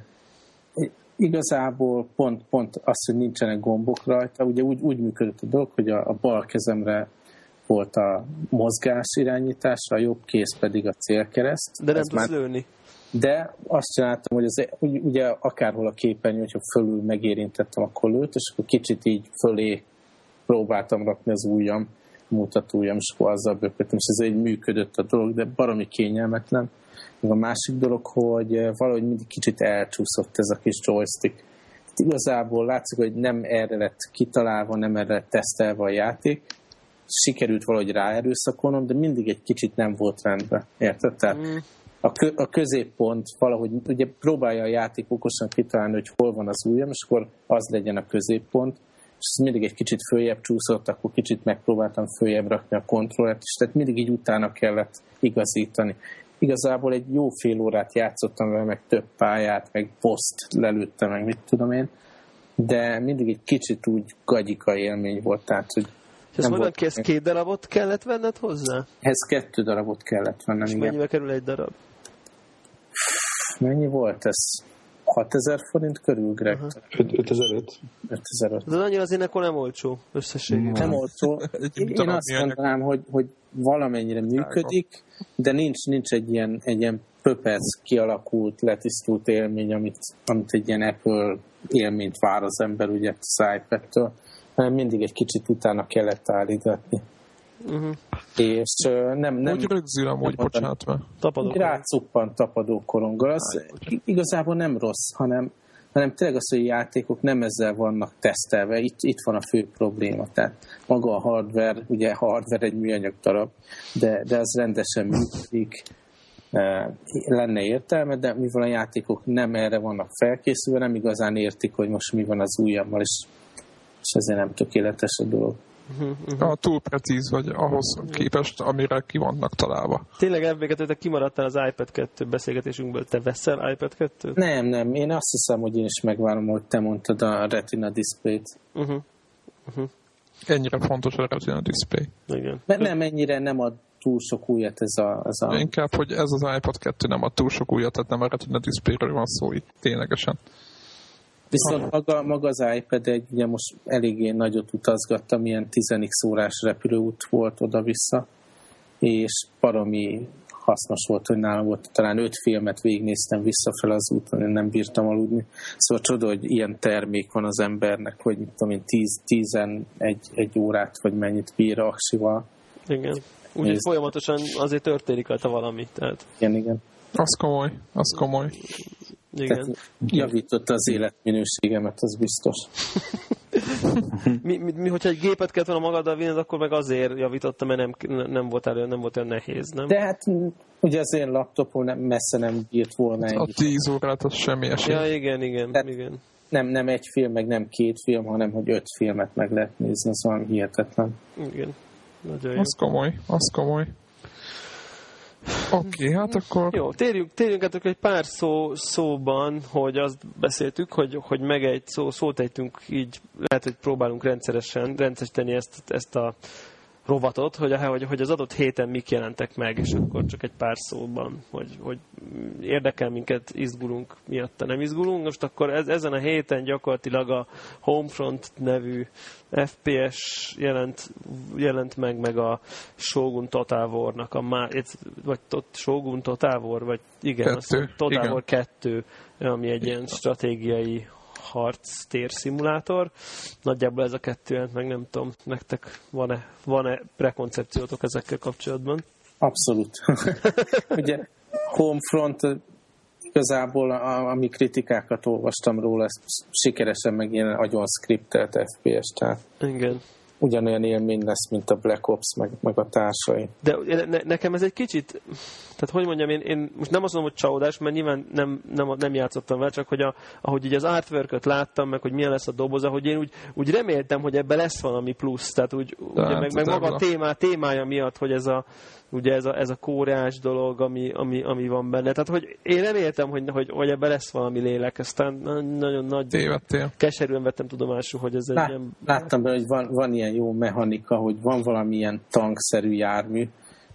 igazából pont az, hogy nincsenek gombok rajta, ugye úgy működött a dolog, hogy a bal kezemre volt a mozgás irányításra, a jobb kéz pedig a célkereszt. De nem tudsz lőni. De azt csináltam, hogy ugye akárhol a képernyő, hogyha fölül megérintettem, akkor lőtt, és akkor kicsit így fölé próbáltam rakni az ujjam, mutatóujjam, és akkor azzal bököttem, és ez így működött a dolog, de baromi kényelmetlen. A másik dolog, hogy valahogy mindig kicsit elcsúszott ez a kis joystick. Igazából látszik, hogy nem erre lett kitalálva, nem erre lett tesztelve a játék. Sikerült valahogy ráerőszakolnom, de mindig egy kicsit nem volt rendben. Érted? Tehát a középpont valahogy, ugye próbálja a játék okosan kitalálni, hogy hol van az ujjam, és akkor az legyen a középpont, és ez mindig egy kicsit följebb csúszott, akkor kicsit megpróbáltam följebb rakni a kontrollert, és tehát mindig így utána kellett igazítani. Igazából egy jó fél órát játszottam vele, meg több pályát, meg boss-t lelőttem, meg mit tudom én, de mindig egy kicsit úgy gagyika élmény volt, tehát, hogy és ezt mondod ki, ezt 2 darabot kellett venned hozzá? Ez 2 darabot kellett vennem, és igen. Mennyibe kerül egy darab? Mennyi volt ez? 6000 forint körül, Greg? 5005. 5005. De annyira azért akkor nem olcsó összességében. Nem olcsó. Én azt mondanám, hogy valamennyire működik, de nincs egy ilyen pöpec kialakult, letisztult élmény, amit egy ilyen Apple élményt vár az ember ugye az iPad-től, hanem mindig egy kicsit utána kellett állítgatni. És nem úgy rögzül amúgy, bocsánat már. Rácuppant tapadókoronggal. Az igazából nem rossz, hanem tényleg az, hogy a játékok nem ezzel vannak tesztelve. Itt van a fő probléma. Tehát maga a hardware, ugye a hardware egy műanyag darab, de az rendesen működik. Lenne értelme, de mivel a játékok nem erre vannak felkészülve, nem igazán értik, hogy most mi van az ujjammal, és ezért nem tökéletes a dolog. Túl precíz vagy ahhoz képest, amire ki vannak találva. Tényleg ebbéket, te kimaradtál az iPad 2 beszélgetésünkből. Te veszel iPad 2-t? Nem. Én azt hiszem, hogy én is megvárom, hogy te mondtad a Retina Display-t. Ennyire fontos a Retina Display. Igen. Nem, ennyire nem ad túl sok újat ez a... Inkább, hogy ez az iPad 2 nem ad túl sok újat, tehát nem a Retina Displayről van szó itt ténylegesen. Viszont maga az iPad ugye most eléggé nagyot utazgattam, ilyen 10x órás repülőút volt oda-vissza, és baromi hasznos volt, hogy nálam volt. Talán 5 filmet végignéztem visszafel az úton, én nem bírtam aludni. Szóval csoda, hogy ilyen termék van az embernek, hogy mit tudom én, 11 órát, vagy mennyit bír aksival. Igen. Úgyhogy folyamatosan azért történik rajta valami. Tehát. Igen. Az komoly. Igen. Javította az életminőségemet, az biztos. mi, hogyha egy gépet kellett volna magaddal vinned, akkor meg azért javította, mert nem volt olyan nehéz, nem? De hát ugye az én laptopon messze nem bírt volna ennyi. A 10 órát az semmi esély. Ja, igen. Nem 1 film, meg nem 2 film, hanem hogy 5 filmet meg lehet nézni, az valami hihetetlen. Igen. Nagyon jó. Az komoly. Oké, hát akkor... Jó, térjünk át egy pár szóban, hogy azt beszéltük, hogy meg egy szót ejtünk így, lehet, hogy próbálunk rendszeresíteni ezt a rovatot, hogy az adott héten mik jelentek meg, és akkor csak egy pár szóban, hogy érdekel minket, izgulunk miatta, nem izgulunk. Most akkor ezen a héten gyakorlatilag a Homefront nevű FPS jelent meg a Shogun Total War-nak vagy Shogun Total War, vagy igen, Total War 2, ami egy ilyen stratégiai harc térszimulátor. Nagyjából ez a 2, meg nem tudom, nektek van-e prekoncepciótok ezekkel kapcsolatban? Abszolút. Ugye Homefront igazából, ami kritikákat olvastam róla, ez sikeresen meg ilyen nagyon skriptelt FPS, tehát igen. Ugyanolyan élmény lesz, mint a Black Ops, meg a társai. De nekem ez egy kicsit, tehát hogy mondjam, én most nem azt mondom, hogy csalódás, mert nyilván nem játszottam vele, csak hogy ahogy így az artwork-öt láttam, meg hogy milyen lesz a doboza, hogy én úgy reméltem, hogy ebben lesz valami plusz, tehát ugye, meg maga a témája miatt, hogy ez a kóreás dolog, ami van benne. Tehát, hogy én reméltem, hogy ebben lesz valami lélek, aztán nagyon nagy keserűen vettem tudomásul, hogy ez egy nem... Láttam benne, hogy van ilyen jó mechanika, hogy van valamilyen tankszerű jármű,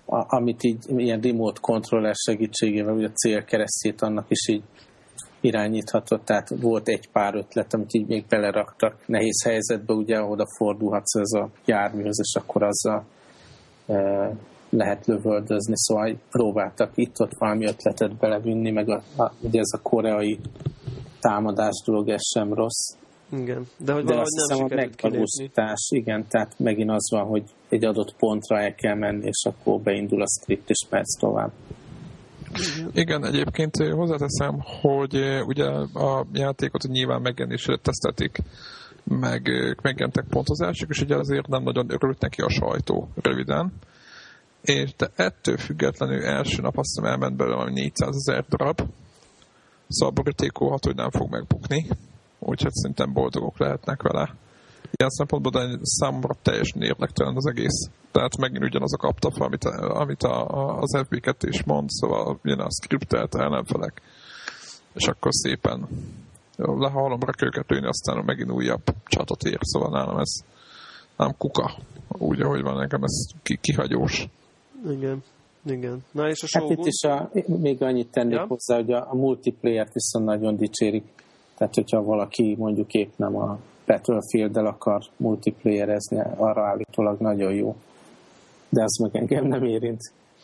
amit így ilyen remote controller segítségével, ugye a célkeresztjét annak is így irányíthatott, tehát volt egy pár ötlet, amit így még beleraktak nehéz helyzetbe, ugye oda fordulhatsz ez a járműhöz, és akkor azzal lehet lövöldözni, szóval próbáltak itt-ott valami ötletet belevinni, meg ugye ez a koreai támadás dolog, ez sem rossz. Igen, de hogy de valahogy azt nem hiszem, a megvalósítás, igen, tehát megint az van, hogy egy adott pontra el kell menni, és akkor beindul a script, és mehetsz tovább. Igen, egyébként hozzáteszem, hogy ugye a játékot nyilván megjelenésre tesztelték, megjelentek pontozások, és ugye azért nem nagyon örült neki a sajtó röviden. És de ettől függetlenül első nap azt hiszem elment belőle 400 000 darab, szóval borítékolható, hogy nem fog megbukni, úgyhogy szerintem boldogok lehetnek vele. Ilyen szempontból, de számomra teljesen érdektelen az egész. Tehát megint ugyanaz a kaptafa, amit az FB2 is mond, szóval jön a skriptelt ellenfelek, és akkor szépen lehalomra kell őket lőni, aztán megint újabb csatot ér, szóval nálam ez nem kuka, úgy, ahogy van, nekem ez kihagyós. Igen. Na és a Shogun? Hát itt is még annyit tennék hozzá, hogy a multiplayer-t viszont nagyon dicsérik. Tehát, hogyha valaki mondjuk épp nem a Battlefield-del akar multiplayerezni, arra állítólag nagyon jó. De az meg engem nem érint.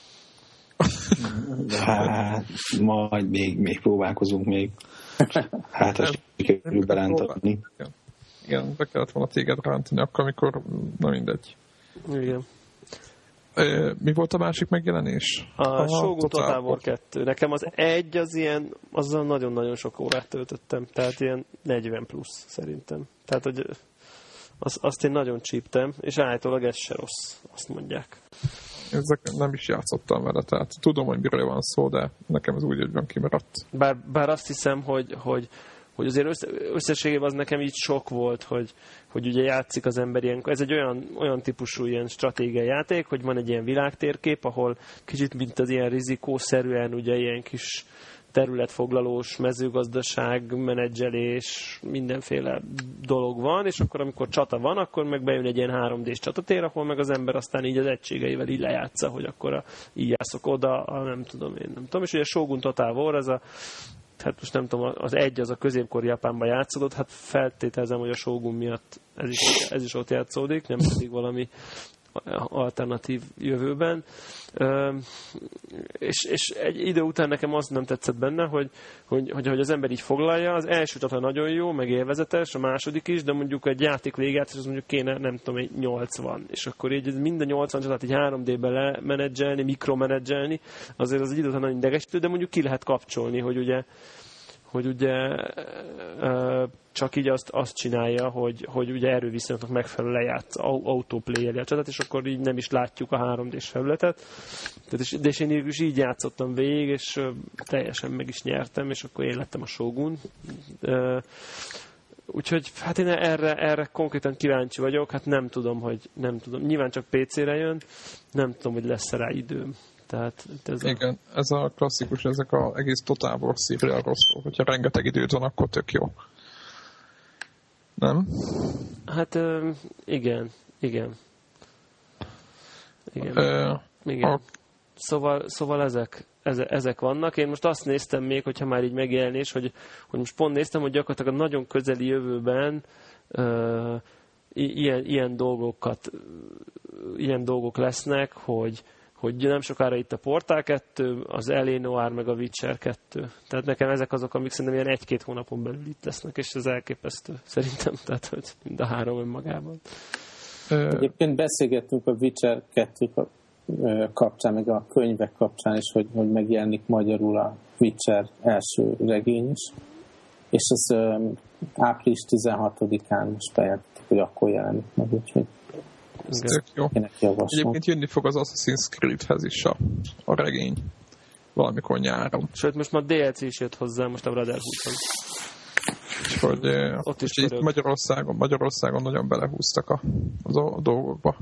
Hát, majd még próbálkozunk még. Hát, ezt sikerül berántatni. Igen, be kellett volna téged rántani akkor, amikor, na mindegy. Igen. Mi volt a másik megjelenés? A Shogun Total War 2. Nekem az egy az ilyen, azzal nagyon-nagyon sok órát töltöttem. Tehát ilyen 40 plusz szerintem. Tehát, hogy azt én nagyon csíptem, és állítólag ez se rossz, azt mondják. Ezek nem is játszottam vele, tehát tudom, hogy miről van szó, de nekem ez úgy van kimaradt. Bár azt hiszem, hogy azért összességében az nekem így sok volt, hogy ugye játszik az ember ilyenkor. Ez egy olyan típusú ilyen stratégiai játék, hogy van egy ilyen világtérkép, ahol kicsit mint az ilyen rizikószerűen ugye ilyen kis területfoglalós, mezőgazdaság, menedzselés, mindenféle dolog van, és akkor amikor csata van, akkor meg bejön egy ilyen 3D-s csatatér, ahol meg az ember aztán így az egységeivel így lejátsza, hogy akkor így játszok oda, nem tudom. És ugye Shogun Total War, hát most nem tudom, az egy az a középkori Japánban játszódott, hát feltételezem, hogy a Shogun miatt ez is ott játszódik, nem pedig valami alternatív jövőben. És egy idő után nekem az nem tetszett benne, hogy az ember így foglalja, az első csata nagyon jó, meg élvezetes, a második is, de mondjuk egy játék végát, és az mondjuk kéne, nem tudom, egy 80. És akkor így minden 80 csatát így 3D-ben lemenedzselni, mikromenedzselni, azért az egy idő után nagyon idegesítő, de mondjuk ki lehet kapcsolni, hogy ugye csak így azt csinálja, hogy ugye erőviszonyoknak megfelelően lejátsz, autoplay-eli a csatát, és akkor így nem is látjuk a 3D-s felületet. De és én is így játszottam végig, és teljesen meg is nyertem, és akkor én lettem a Shogun. Úgyhogy hát én erre konkrétan kíváncsi vagyok, hát nem tudom. Nyilván csak PC-re jön, nem tudom, hogy lesz rá időm. Tehát igen, ez a klasszikus, ezek az egész Total War szívre rosszul, hogyha rengeteg időt van, akkor tök jó. Nem? Hát igen. Szóval ezek vannak. Én most azt néztem még, hogyha már így megjelenés, hogy most pont néztem, hogy gyakorlatilag a nagyon közeli jövőben ilyen dolgok lesznek, hogy nem sokára itt a Portal 2, az L.A. Noire meg a Witcher 2. Tehát nekem ezek azok, amik szerintem ilyen 1-2 hónapon belül itt lesznek, és ez elképesztő szerintem, tehát hogy mind a három önmagában. Egyébként beszélgettünk a Witcher 2 kapcsán, meg a könyvek kapcsán is, hogy megjelenik magyarul a Witcher első regény is, és az április 16-án most bejelentették, hogy akkor jelenik meg, úgyhogy ez tök jó. Egyébként jönni fog az Assassin's Creed-hez is a regény. Valamikor nyáron. Sőt, most már DLC is jött hozzá, most a Brotherhood-on. Úgyhogy ott is itt Magyarországon nagyon belehúztak a dolgokba.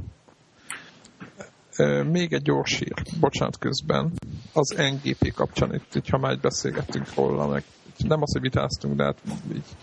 Még egy gyors hír, bocsánat közben, az NGP kapcsán, itt ha már beszélgettünk róla, meg nem az, hogy vitáztunk, de hát így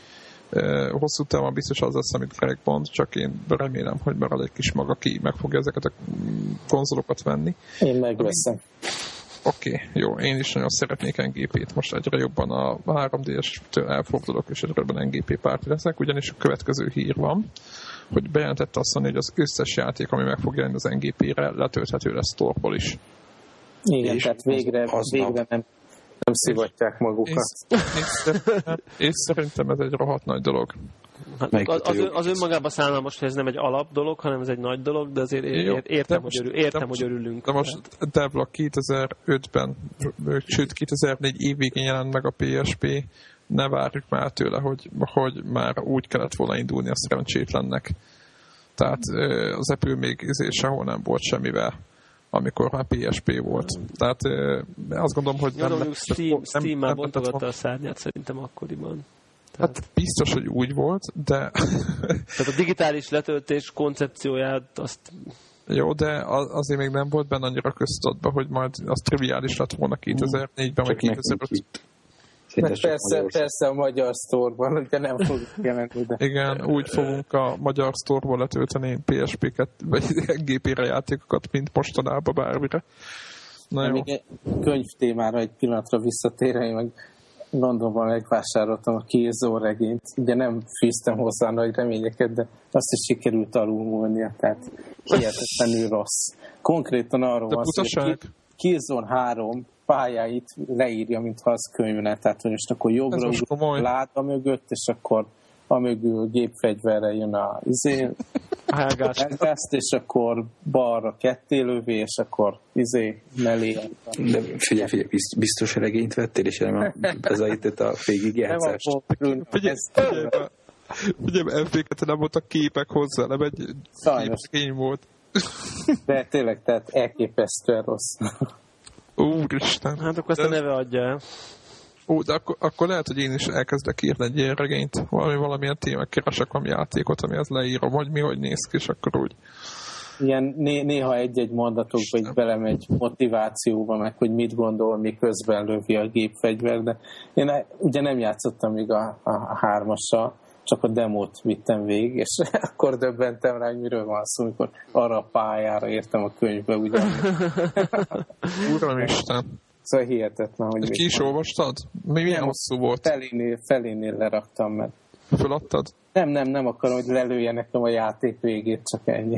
Hosszú távon biztos az lesz, amit Greg mond, csak én remélem, hogy marad egy kis mag, aki meg fogja ezeket a konzolokat venni. Én megveszem. Oké, jó, én is nagyon szeretnék NGP-t, most egyre jobban a 3DS-től elfordulok, és egyre jobban NGP párti leszek, ugyanis a következő hír van, hogy bejelentette azt mondani, hogy az összes játék, ami meg fog jelenni az NGP-re, letölthető lesz Store-ból is. Igen, és tehát végre nem szivatják magukat. És szerintem ez egy rohadt nagy dolog. Hát az önmagában számomra most, hogy ez nem egy alap dolog, hanem ez egy nagy dolog, de azért értem, hogy örülünk. De most Devla 2005-ben, sőt 2004 évvégén jelent meg a PSP, ne várjuk már tőle, hogy már úgy kellett volna indulni a szerencsétlennek. Tehát az Apple még sehol nem volt semmivel, amikor már PSP volt. Tehát azt gondolom, hogy Steam már bontogatta a szárnyát szerintem akkoriban. Hát biztos, hogy úgy volt, de... Tehát a digitális letöltés koncepcióját azt... Jó, de azért még nem volt benne annyira köztudatban, hogy majd az triviális lett volna 2004-ben, vagy 2005-ben. Persze a magyar sztorban, de nem fogunk jelenni. De. Igen, úgy fogunk a magyar sztorban letölteni PSP-ket, vagy NGP-re játékokat, mint mostanában bármire. Na jó. Még egy könyvtémára egy pillanatra visszatérve, én meg Londonban megvásároltam a Killzone regényt. Ugye nem fűztem hozzá nagy reményeket, de azt is sikerült alulmúlnia, tehát hihetetlenül rossz. Konkrétan arról van szó, hogy Killzone 3 pályáit leírja, mintha az könyvne, tehát hogy most akkor jobbra ugrunk láda mögött, és akkor amögül gépfegyverre jön a elgázt, és akkor balra kettélővé, és akkor mellé. De figyelj, biztos regényt vettél, és ez a végigjátszást. Figyelj, FB-ket nem voltak képek hozzá, nem egy képregény volt. De tényleg, tehát elképesztően rossz. Úristen. Hát akkor ezt a neve adja el. Ó, de akkor lehet, hogy én is elkezdek írni egy ilyen regényt, valamilyen témát keresek, valami játékot, amihez leírom, hogy mi hogy néz ki, és akkor úgy. Ilyen néha egy-egy mondatokba így belemegy motivációba, meg hogy mit gondol, miközben lövi a gépfegyver, de én ugye nem játszottam még a 3-assal, csak a demót vittem végig, és akkor döbbentem rá, hogy miről van szó, amikor arra a pályára értem a könyvbe, ugye. Uramisten! Szóval hihetetlen, hogy... Ki is olvastad? Milyen hosszú volt? Felénél leraktam meg. Föladtad? Nem akarom, hogy lelője nekem a játék végét, csak ennyi.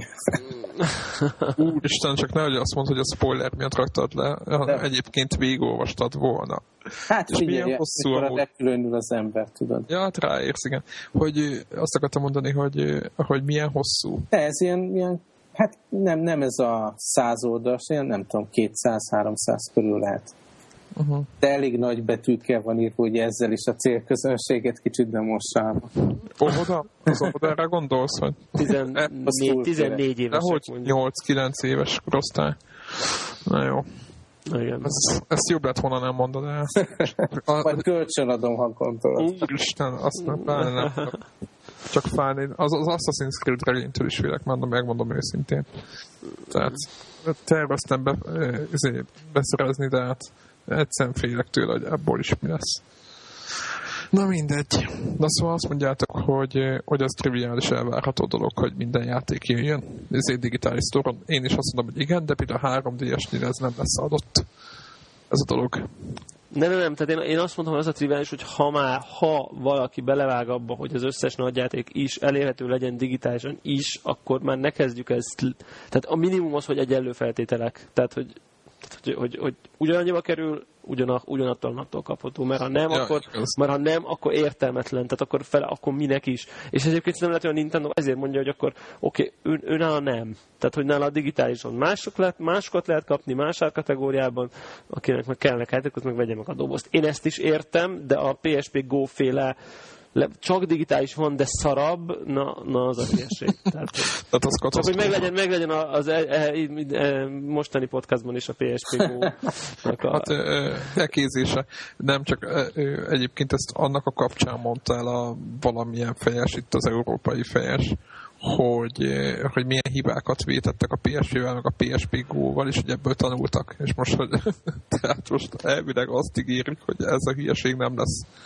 Úristen, csak nehogy azt mondd, hogy a spoiler miatt raktad le, egyébként végigolvastad volna. Hát figyelj, mikor a repülőn ül az ember, tudod. Ja, hát ráérsz, igen. Hogy azt akartam mondani, hogy milyen hosszú. Ez ilyen hát nem ez a 100 oldalas, ilyen nem tudom, 200-300 körül lehet. Uh-huh. De elég nagy betűkkel van írva, hogy ezzel is a célközönséget kicsit demonstrálva. Óvoda? Az óvodára gondolsz, hogy? 14 éves. Hogy 8-9 éves korosztály. Na jó. Igen. Ezt jobb lett volna nem mondod el. Majd kölcsönadom, ha gondolod. Úristen, azt nem. Csak fájni. Az Assassin's Creed regénytől is félek, megmondom őszintén. Tehát terveztem beszerezni, de hát egyszerűen félek tőle, hogy ebből is mi lesz. Na mindegy. Na szóval azt mondjátok, hogy az triviális elvárható dolog, hogy minden játék jöjjön. Ez egy digitális sztoron. Én is azt mondom, hogy igen, de például a 3DS-nél ez nem lesz adott. Ez a dolog. Nem, tehát én azt mondom, hogy az a triviális, hogy ha valaki belevág abba, hogy az összes nagyjáték is elérhető legyen digitálisan is, akkor már ne kezdjük ezt. Tehát a minimum az, hogy egyenlő feltételek. Tehát, hogy ugyanannyiba kerül, ugyanattól a naptól kapható, mert ha nem, akkor értelmetlen, tehát akkor minek is. És egyébként nem lehet, hogy a Nintendo ezért mondja, hogy akkor ő nála nem. Tehát, hogy nála a digitálison másokat lehet kapni, más kategóriában, akinek meg kellene játékot, az meg vegye meg a dobozt. Én ezt is értem, de a PSP Go féle csak digitális van, de szarabb, na az a hülyeség. Tehát hogy meglegyen az mostani podcastban is a PSP Go-nak Hát elkézése. Nem csak egyébként ezt annak a kapcsán mondta el a valamilyen fejes, itt az európai fejes, hogy milyen hibákat vétettek a PSP-vel, meg a PSP Go-val, és hogy ebből tanultak. És most, tehát most elvileg azt ígérik, hogy ez a hülyeség nem lesz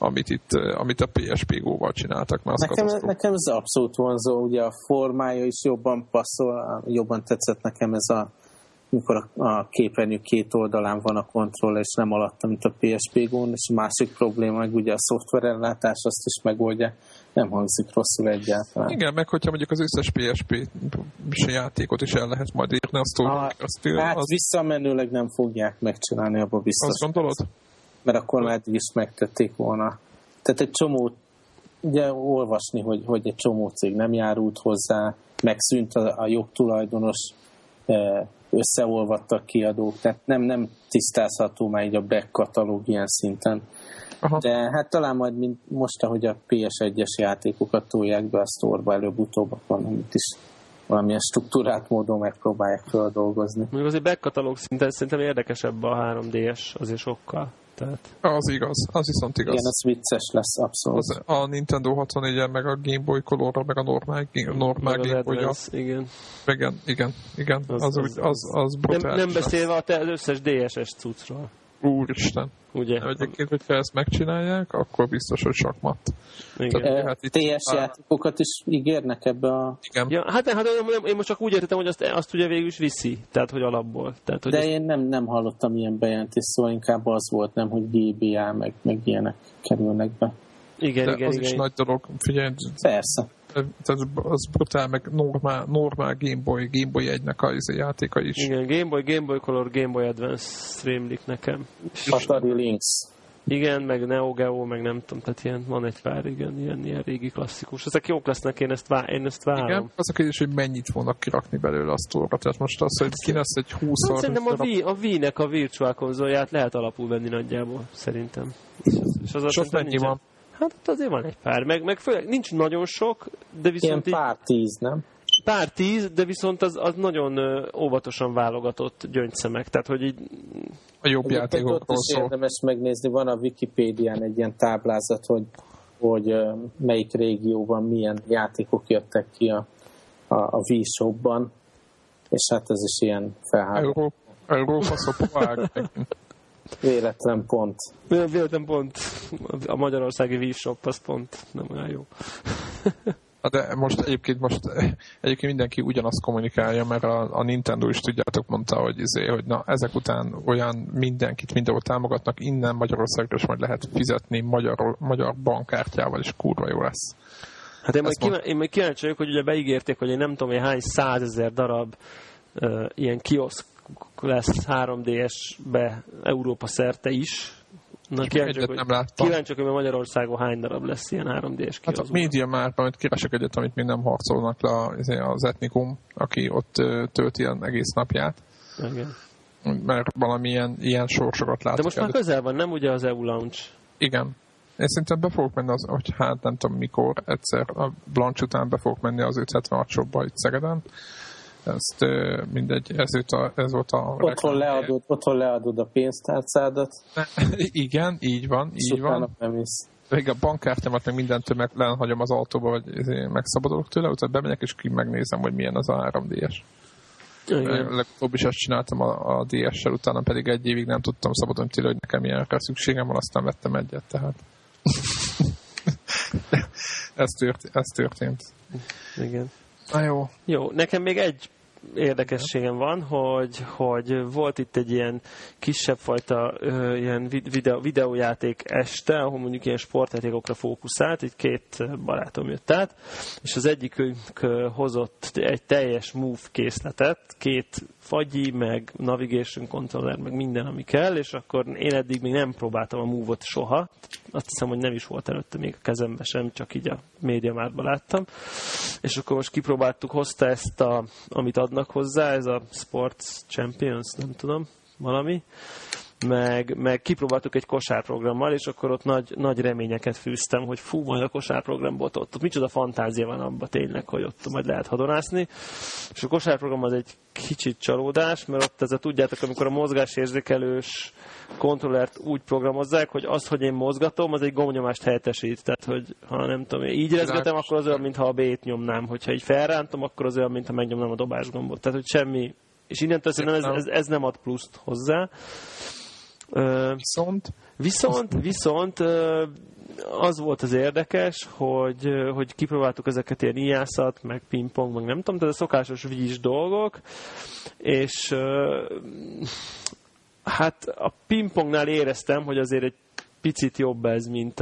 amit a PSP Go-val csináltak. Nekem ez abszolút vonzó, ugye a formája is jobban passzol, jobban tetszett nekem ez mikor a képernyő két oldalán van a kontroll, és nem alatta, mint a PSP Go-n, és a másik probléma, meg ugye a szoftverellátás, azt is megoldja, nem hangzik rosszul egyáltalán. Igen, meg hogyha mondjuk az összes PSP játékot is el lehet majd írni, azt visszamenőleg nem fogják megcsinálni, abba biztos. Azt gondolod? Mert akkor már eddig is megtették volna. Tehát egy csomó, ugye olvasni, hogy egy csomó cég nem járult hozzá, megszűnt a jogtulajdonos, összeolvadtak kiadók, tehát nem tisztázható már így a back katalóg ilyen szinten. Aha. De hát talán majd most, ahogy a PS1-es játékokat tolják be a sztorba, előbb-utóbb, akkor amit is valamilyen struktúrát módon megpróbálják feldolgozni. Mondjuk azért back katalóg szinten szerintem érdekesebb a 3DS azért sokkal. Tehát... Az igaz, az viszont igaz. Igen, az vicces lesz, abszolút. A Nintendo 64-en, meg a Game Boy Color-ra, meg a normál Game Boy-ra. Igen. Az brutális. Nem beszélve az összes DSS cuccról. Úristen. Ugye? Egyébként, hogyha ezt megcsinálják, akkor biztos, hogy sakmat. TS játékokat is ígérnek ebbe a... Igen. Ja, hát én most csak úgy értettem, hogy azt ugye végül is viszi, tehát hogy alapból. Tehát, hogy de én nem hallottam ilyen bejelentést, szóval inkább az volt, nem, hogy GBA, meg ilyenek kerülnek be. Igen. Az is nagy dolog, figyelj. Persze. Az brutál, meg normál Game Boy 1-nek a játéka is. Igen, Game Boy Color, Game Boy Advance rémlik nekem. Atari Lynx. Igen, meg Neo Geo, meg nem tudom, tehát ilyen, van egy pár ilyen régi klasszikus. Ezek jók lesznek, én ezt várom. Igen, az a kérdés, hogy mennyit fognak kirakni belőle a sztorra. Tehát most az, hogy ki lesz egy 20-30 szerintem a Wii-nek a Virtual konzolját lehet alapul venni nagyjából, szerintem. És az ott mennyi van? Hát azért van egy pár, meg főleg nincs nagyon sok, de viszont... Ilyen pár 10, nem? Pár 10, de viszont az nagyon óvatosan válogatott gyöngyszemek, tehát hogy így... A jobb játékokról szól. Érdemes megnézni, van a Wikipédián egy ilyen táblázat, hogy melyik régióban milyen játékok jöttek ki a Wii Shopban, és hát ez is ilyen felháborító. Európa szopovág. Véletlen pont. A magyarországi Wii Shop az pont nem olyan jó. De egyébként mindenki ugyanazt kommunikálja, mert a Nintendo is tudjátok mondta, hogy na ezek után olyan mindenhol támogatnak, innen Magyarországra is majd lehet fizetni magyar bankkártyával, és kurva jó lesz. Hát én majd kíváncsi vagyok, hogy ugye beígérték, hogy én nem tudom, hogy hány 100 000 darab ilyen kioszk lesz 3DS-be Európa szerte is. Na, kíváncsiak, hogy Magyarországon hány darab lesz ilyen 3D-s kioszkban. Hát a Media Markt, amit keresek egyet, amit még nem harcolnak le az Ethnicum, aki ott tölti az egész napját. Igen. Mert valamilyen ilyen sorsokat látok. De most már közel van, nem ugye az EU Launch? Igen. Én szerintem be fogok menni, hogy hát nem tudom mikor, egyszer a launch után be fogok menni az 576 shopba itt Szegeden. Ezt mindegy, ez volt a... Otthon leadod a pénztárcádat. Igen, így van. Még a bankkártyámat, meg mindent lenhagyom az autóba, vagy megszabadulok tőle, utána bemegyek, és megnézem, hogy milyen az a 3DS. Legutóbb is ezt csináltam a DS-sel, utána pedig egy évig nem tudtam szabadulni tőle, hogy nekem ilyenre szükségem van, aztán vettem egyet, tehát... ez történt. Igen. Na jó, nekem még egy érdekességem van, hogy volt itt egy ilyen kisebb fajta ilyen videójáték este, ahol mondjuk ilyen sportjátékokra fókuszált, így két barátom jött át, és az egyikünk hozott egy teljes Move készletet, két fagyi, meg navigation controller, meg minden, ami kell, és akkor én eddig még nem próbáltam a Move-ot soha. Azt hiszem, hogy nem is volt előtte még a kezembe sem, csak így a MediaMarktban láttam. És akkor most kipróbáltuk, hozta ezt, amit adnak hozzá, ez a Sports Champions, nem tudom, valami. Meg kipróbáltuk egy kosárprogrammal, és akkor ott nagy reményeket fűztem, hogy fú, majd a kosárprogramból ott micsoda fantázia van abban tényleg, hogy ott majd lehet hadonászni. És a kosárprogram az egy kicsit csalódás, mert ott ezzel tudjátok, amikor a mozgásérzékelős kontrollert úgy programozzák, hogy az, hogy én mozgatom, az egy gombnyomást helyettesít. Tehát, hogy ha nem tudom, így rezgetem, akkor az olyan, mintha a B-t nyomnám. Hogyha így felrántom, akkor az olyan, mintha megnyomnám a dobásgombot. Tehát, hogy semmi. És innentől szerintem ez nem ad pluszt hozzá. Viszont az volt az érdekes, hogy kipróbáltuk ezeket ilyen ijászat, meg pingpong, meg nem tudom, tehát a szokásos vízs dolgok, és hát a pingpongnál éreztem, hogy azért egy picit jobb ez, mint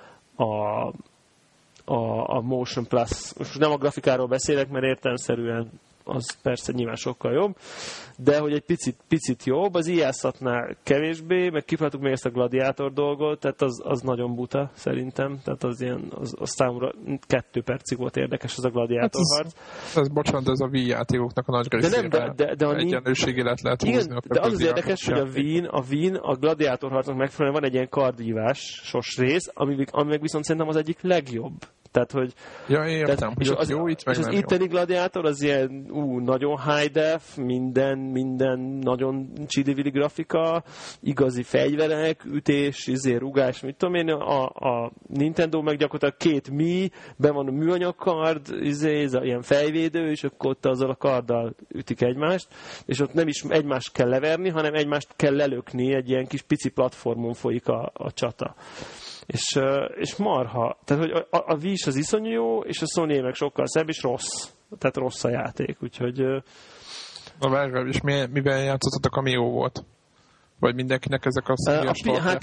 a Motion Plus. Most nem a grafikáról beszélek, mert értelemszerűen az persze nyilván sokkal jobb, de hogy egy picit jobb, az ijászatnál kevésbé, meg kipróbáltuk még ezt a gladiátor dolgot, tehát az nagyon buta szerintem, tehát az ilyen, az számomra 2 percig volt érdekes az a gladiátor harc. Ez bocsánat, ez a Wii játékoknak a nagy részére egyenlőségi lehet húzni. De az érdekes, hogy a Wii a gladiátor harcnak megfelelően van egy ilyen kardvívásos rész, ami meg viszont szerintem az egyik legjobb. Tehát, hogy... Ja, értem, tehát, hogy az, jó, itt meg és az itteni gladiátor az ilyen nagyon high def, minden nagyon csili-vili grafika, igazi fegyverek, ütés, rugás, mit tudom én, a Nintendo meg gyakorlatilag 2 Mii, be van a műanyag kard, ez a ilyen fejvédő, és akkor ott azzal a karddal ütik egymást, és ott nem is egymást kell leverni, hanem egymást kell lelökni, egy ilyen kis pici platformon folyik a csata. És marha. Tehát, hogy a Wii is az iszonyú jó, és a Sony meg sokkal szebb, és rossz. Tehát rossz a játék, úgyhogy... Na várjál, és mivel játszottatok, ami jó volt? Vagy mindenkinek ezek a szíves hát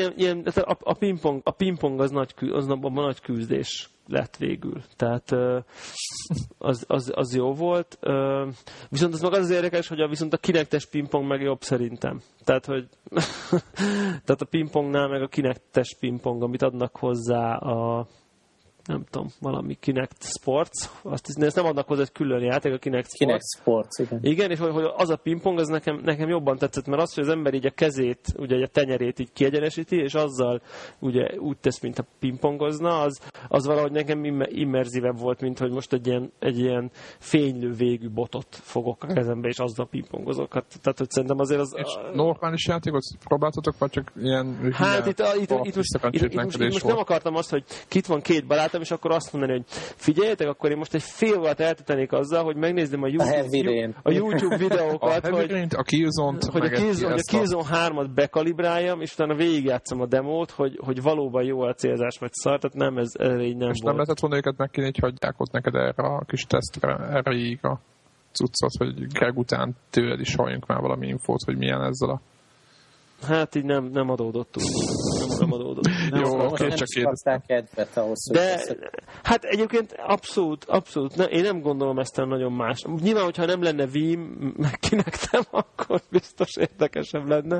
a pingpong az nagy küzdés lett végül. Tehát az jó volt. Viszont az meg az érdekes, hogy viszont a Kinectes pingpong meg jobb szerintem. Tehát, hogy tehát a pingpongnál meg a Kinectes pingpong, amit adnak hozzá a nem tudom, valami Kinect Sports, ezt nem adnak hozzá egy külön játék, a Kinect Sports, igen. Igen, és hogy az a pingpong, az nekem jobban tetszett, mert az, hogy az ember így a kezét, ugye a tenyerét így kiegyenesíti, és azzal ugye úgy tesz, mint a pingpongozna, az valahogy nekem immerzívebb volt, mint hogy most egy ilyen fénylő végű botot fogok a kezembe, és azzal pingpongozok. Tehát, hogy szerintem azért az... És normális játékot próbáltatok, vagy csak ilyen... Hát itt most nem akartam azt, hogy kit van 2 barát, és akkor azt mondani, hogy figyeljetek, akkor én most egy fél órát eltöltenék azzal, hogy megnézném a YouTube videókat, hogy a Killzone 3-at bekalibráljam, és utána végigjátszom a demót, hogy valóban jó a célzás, vagy szar, tehát nem, ez így nem és volt. nem lehetett volna őket megkérni, hogy hagyják ott neked erre a kis tesztre, erre a cuccot, hogy Greg után tőled is halljunk már valami infót, hogy milyen ezzel a... Hát így nem adódott úgy. Nem adódott. Jó, oké, csak kedvet ahhoz, de hát egyébként abszolút. Én nem gondolom ezt nagyon más. Nyilván, hogyha nem lenne Wii, meg Kinectem, akkor biztos érdekesebb lenne.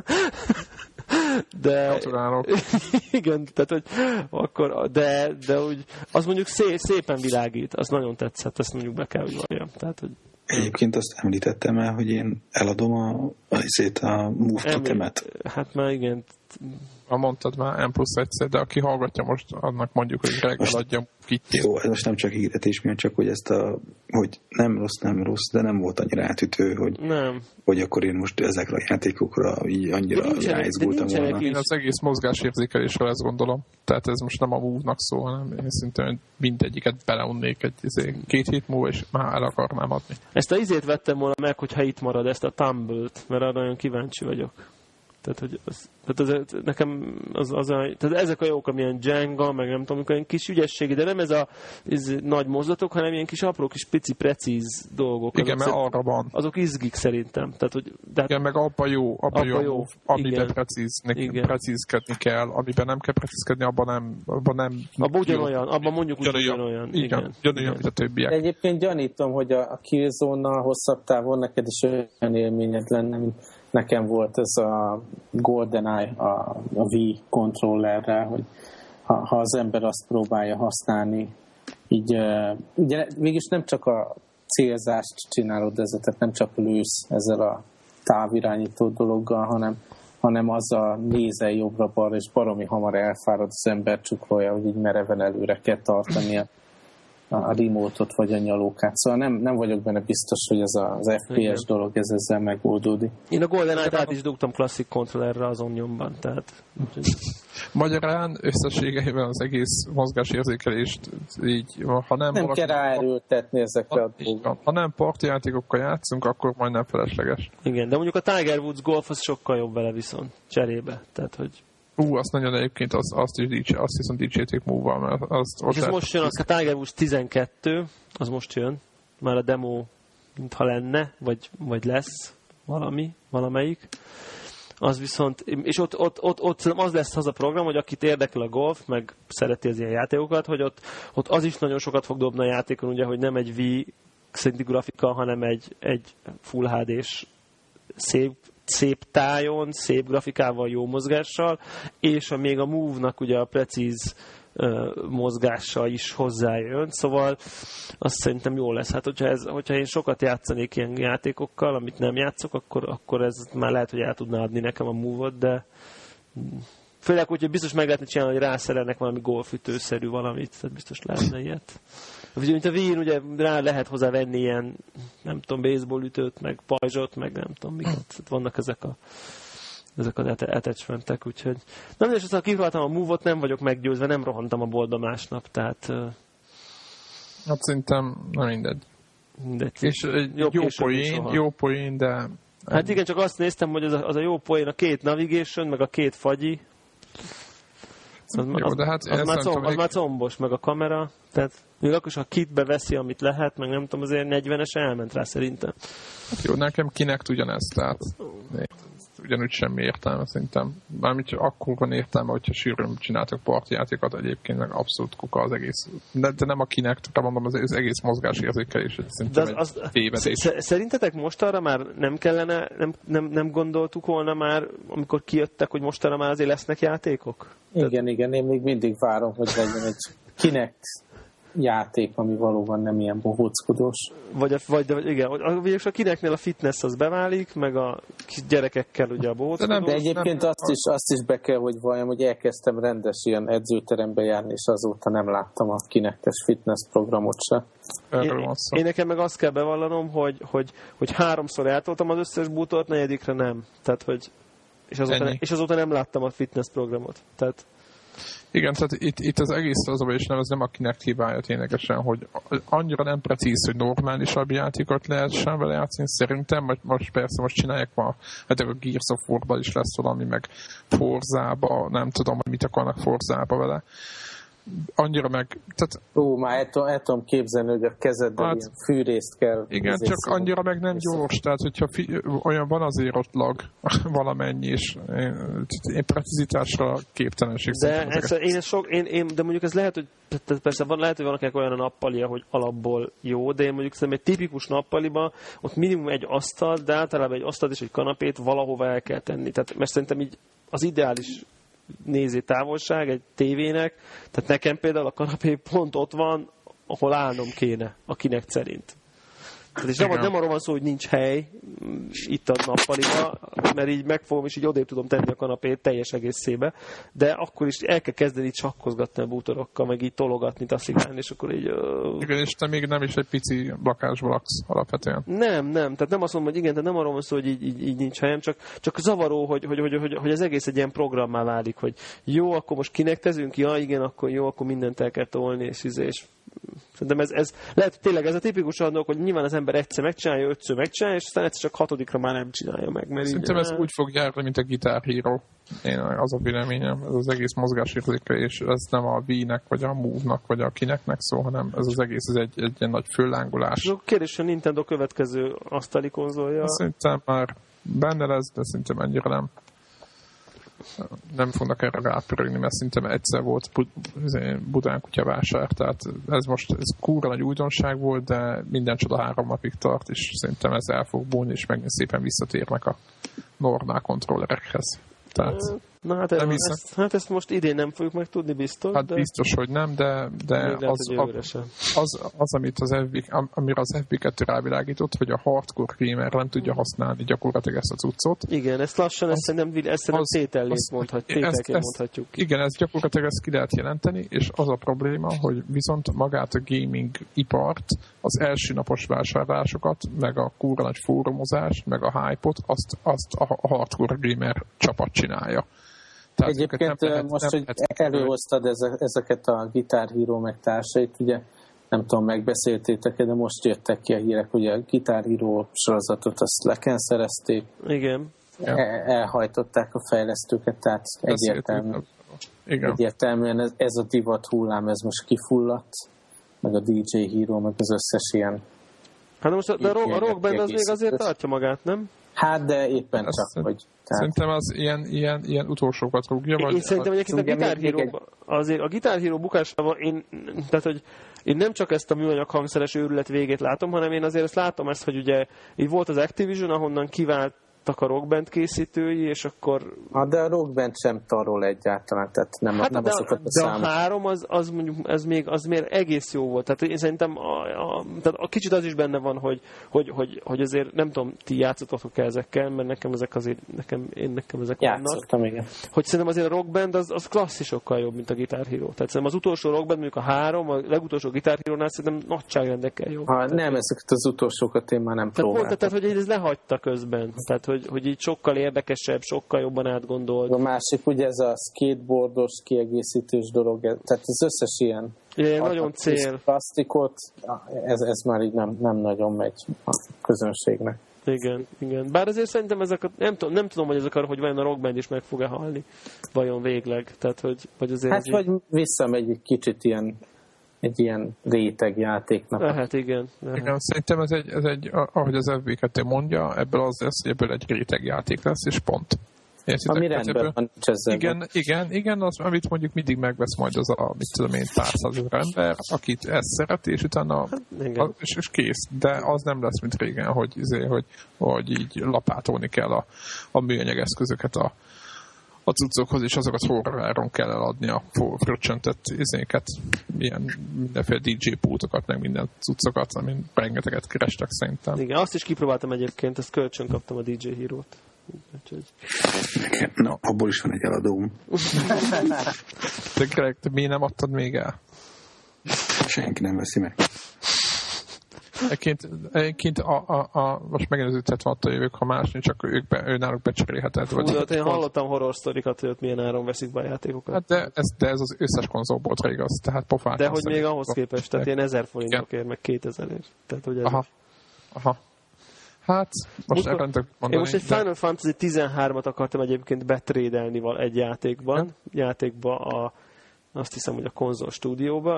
De... Igen, tehát, hogy akkor, de úgy, az mondjuk szépen világít, az nagyon tetszett, ezt mondjuk be kell, hogy valljam. Tehát, hogy egyébként azt említettem el, hogy én eladom a Move Totemet. Hát már igen. Mondtad már N+1-szer, de aki hallgatja most, annak mondjuk, hogy reggel adja kitjét. Jó, ez most nem csak hirdetés miatt, csak hogy hogy nem rossz, de nem volt annyira átütő, hogy akkor én most ezekre a játékokra így annyira ráizgultam volna. Én az egész mozgásérzékelésről ezt gondolom. Tehát ez most nem a Move-nak szól, hanem én szintén mindegyiket beleunnék 2 hét múlva, és már el akarnám adni. Ezt a izét vettem volna meg, hogyha itt marad, ezt a Tumble-t, mert arra nagyon kíváncsi vagyok. Tehát, hogy nekem tehát ezek a jók, amilyen Jenga, meg nem tudom, ilyen kis ügyességi, de nem ez nagy mozdatok, hanem ilyen kis apró, kis pici, precíz dolgok. Igen, mert arra van. Azok izgik szerintem. Tehát, hogy, igen, meg abba jó amiben precízkedni kell, amiben nem kell precízkedni, abban nem ugyanolyan, abban mondjuk ugyanolyan. Igen, mint a többiek. De egyébként gyanítom, hogy a Killzone-nal hosszabb távon neked is olyan élményed lenne, mint nekem volt ez a GoldenEye a Wii kontrollerrel, hogy ha az ember azt próbálja használni, így ugye mégis nem csak a célzást csinálod ezzel, tehát nem csak lősz ezzel a távirányító dologgal, hanem azzal nézel jobbra-balra, és baromi hamar elfárad az ember csuklója, hogy így mereven előre kell tartania. a remote-ot vagy a nyalókát. Szóval nem vagyok benne biztos, hogy ez az FPS igen. dolog ez ezzel megoldódik. Én a GoldenEye-t át is dugtam klasszik kontrollerre az Omniumban, tehát... Magyarán összességeiben az egész mozgásérzékelést így, ha nem kell ráerőltetni ezekre a dolgokra. Ha nem partijátékokkal játszunk, akkor majdnem felesleges. Igen, de mondjuk a Tiger Woods Golf az sokkal jobb vele viszont cserébe, tehát hogy... Azt nagyon egyébként azt viszont dicsérték múlva, mert azt... És ez most jön, a Tiger Woods 12, az most jön, már a demo mintha lenne, vagy lesz valamelyik. Az viszont, és ott az lesz az a program, hogy akit érdekel a golf, meg szereti az ilyen játékokat, hogy ott az is nagyon sokat fog dobni a játékon, ugye, hogy nem egy Wii szerinti grafika, hanem egy Full HD-s szép tájon, szép grafikával, jó mozgással, és még a Move-nak ugye a precíz mozgása is hozzájön, szóval azt szerintem jó lesz. Hát hogyha én sokat játszanék ilyen játékokkal, amit nem játszok, akkor ez már lehet, hogy el tudná adni nekem a Move-ot, de főleg, hogyha biztos meg lehetne csinálni, hogy rászerelnek valami golfütőszerű valamit, tehát biztos lehetne ilyet. Mint a Wii-n ugye rá lehet hozzá venni ilyen, nem tudom, baseballütőt, meg pajzsot, meg nem tudom miket. Vannak ezek az attachmentek, úgyhogy... Nem, és aztán kipróbáltam a Move-ot, nem vagyok meggyőzve, nem rohantam a boltba másnap, tehát... Hát szerintem nem mindegy. És jó poén, de... Hát igen, csak azt néztem, hogy az a jó poén, a 2 navigation, meg a 2 fagyi, az már combos, meg a kamera, tehát még akkor is, ha kitbe veszi, amit lehet, meg nem tudom, azért 40-es elment rá szerintem. Hát jó, nekem Kinect ugyanezt, tehát ugyanúgy semmi értelme szerintem. Mármint akkor van értelme, hogyha sűrűn csináltak partjátékat, egyébként meg abszolút kuka az egész. De nem a Kinectre mondom, az egész mozgásérzékelés. Szerintem egy tévedés. Szerintetek mostanra már nem kellene, nem gondoltuk volna már, amikor kijöttek, hogy mostanra már azért lesznek játékok? Igen, én még mindig várom, hogy legyen egy Kinect játék, ami valóban nem ilyen bohóckodós. Igen, a Kinectnél a fitness az beválik, meg a gyerekekkel ugye a bohóckodós. De egyébként azt is be kell, hogy valljam, hogy elkezdtem rendes ilyen edzőterembe járni, és azóta nem láttam a Kinectes fitness programot se. Én nekem meg azt kell bevallanom, hogy 3-szor eltoltam az összes bútort, 4-re nem. Tehát, hogy és azóta nem láttam a fitness programot. Tehát igen, tehát itt az egész az, és nem, ez nem a Kinect hibája ténylegesen, hogy annyira nem precíz, hogy normálisabb játékot lehessen vele játszani, szerintem, most csinálják hát a Gears of War-ban is lesz valami, meg Forzába, nem tudom, hogy mit akarnak Forzába vele. Annyira meg... Tehát, már el tudom képzelni, hogy a kezeddel ilyen fűrészt kell... Igen, csak annyira meg nem gyors, tehát hogyha olyan van azért ott lag valamennyi, és én precizitásra képtelenség. De mondjuk ez lehet, hogy persze lehet, hogy vannak olyan a nappalia, hogy alapból jó, de én mondjuk szerintem egy tipikus nappaliba ott minimum egy asztal, de általában egy asztalt és egy kanapét valahova el kell tenni. Tehát, mert szerintem így az ideális nézőtávolság egy tévének, tehát nekem például a kanapé pont ott van, ahol állnom kéne, a Kinect szerint. Tehát és nem arról van szó, hogy nincs hely itt a nappaliba, mert így megfogom, és így odébb tudom tenni a kanapét teljes egészébe, de akkor is el kell kezdeni így sakkozgatni a bútorokkal, meg így tologatni, taszigálni, és akkor így... Igen, és te még nem is egy pici lakásban laksz alapvetően. Nem, tehát nem azt mondom, hogy igen, tehát nem arról van szó, hogy így nincs helyem, csak zavaró, hogy az egész egy ilyen programmá válik, hogy jó, akkor most Kinectezünk, ja igen, akkor jó, akkor mindent el kell tolni, és szerintem ez lehet, tényleg ez a tipikus dolog, hogy nyilván az ember egyszer megcsinálja, 5-ször megcsinálja, és aztán egyszer csak 6-ra már nem csinálja meg. Mert szerintem ez úgy fog járni, mint a Guitar Hero. Én az a véleményem, ez az egész mozgásérzékelés, ez nem a Wii-nek, vagy a Move-nak, vagy a Kinectnek szó, hanem ez az egész ez egy ilyen nagy föllángolás. A kérdés, hogy Nintendo következő asztali konzolja. Szerintem már benne lesz, de szerintem ennyire nem fognak erre rápörögni, mert szerintem egyszer volt Budán kutyavásár, tehát ez kurva nagy újdonság volt, de minden csoda 3 napig tart, és szerintem ez el fog bújni, és megint szépen visszatérnek a normál kontrollerekhez. Tehát... Na hát ezt most idén nem fogjuk meg tudni biztos. Hát de biztos, hogy nem, de az, amit amire az FB2 rávilágított, hogy a hardcore gamer nem tudja használni gyakorlatilag ezt a cuccot. Igen, ezt lassan ezt tételként mondhatjuk. Igen, ez gyakorlatilag ezt ki lehet jelenteni, és az a probléma, hogy viszont magát a gaming ipart, az első napos vásárlásokat, meg a kurva nagy fórumozást, meg a hype-ot, azt a hardcore gamer csapat csinálja. Tehát egyébként most, hogy előhoztad ezeket a Guitar Hero meg társait, ugye nem tudom, megbeszéltétek, de most jöttek ki a hírek, hogy a Guitar Hero sorozatot azt lekenszerezték. Igen. Elhajtották a fejlesztőket, tehát egyértelműen ez a divat hullám, ez most kifulladt, meg a DJ Hero, meg az összes ilyen. Hát most a Rock Band az még azért tartja magát, nem? Hát, de éppen csak, hogy... Szerintem az ilyen utolsókat rúgja. Én szerintem egyébként a Guitar Hero bukásával tehát, hogy én nem csak ezt a műanyag hangszeres őrület végét látom, hanem én azért ezt látom hogy ugye így volt az Activision, ahonnan kiváltak a Rock Band készítői, és akkor... De a Rock Band sem tarol egyáltalán, tehát nem azokat a számot. De a 3 az még egész jó volt. Tehát én szerintem tehát a kicsit az is benne van, hogy azért nem tudom, ti játszottatok ezekkel, mert nekem ezek azért, nekem ezek játszottam, vannak. Igen. Hogy szerintem azért a Rock Band az klasszisokkal jobb, mint a Guitar Hero. Tehát szerintem az utolsó Rock Band, mondjuk a 3, a legutolsó Guitar Hero-nál szerintem nagyságrendekkel jobb. Nem, ezeket az utolsókat én már nem próbáltam. Tehát, hogy ez lehagyta közben. Tehát, hogy így sokkal érdekesebb, sokkal jobban átgondolt. A másik, ugye ez a skateboardos kiegészítős dolog, tehát az összes ilyen nagyon cél. Plastikot, ez már így nem nagyon megy a közönségnek. Igen. Bár azért szerintem nem tudom, hogy ezek hogy vajon a Rock Band is meg fog-e halni, vajon végleg. Tehát, hogy azért hát, vagy visszamegy egy kicsit egy ilyen réteg játéknak. Lehet, igen. Igen, szerintem ez egy, ahogy az FB2 mondja, ebből az lesz, hogy ebből egy réteg játék lesz, és pont. Ami rendben van, igen, az, amit mondjuk mindig megvesz majd az a, mit tudom én, pár százezer ember, akit ezt szereti, és utána és kész. De az nem lesz, mint régen, hogy így lapátolni kell a műanyag eszközöket a cuccokhoz, és azokat horroráron kell eladni a fröccsöntött izéket, ilyen mindenféle DJ pultokat, meg minden cuccokat, amin rengeteget kerestek szerintem. Igen, azt is kipróbáltam egyébként, ezt kölcsön kaptam a DJ Hero-t. Na, abból is van egy eladóm. De Greg, te miért nem adtad még el? Senki nem veszi meg. Egyébként most megint az 576-tal jövök, ha másni, csak náluk becserélheted. Én hallottam horror sztorikat, hogy ott milyen áron veszik be a játékokat. Hát de ez az összes konzolból igaz, tehát pofát. De hogy még ahhoz képest, tehát ilyen 1000 forintokért, meg 2000-ért. Tehát, hogy Aha. Hát, most elrentek mondani. Én most egy Final Fantasy 13-at akartam egyébként betrédelni egy játékba, azt hiszem, hogy a konzol stúdióba,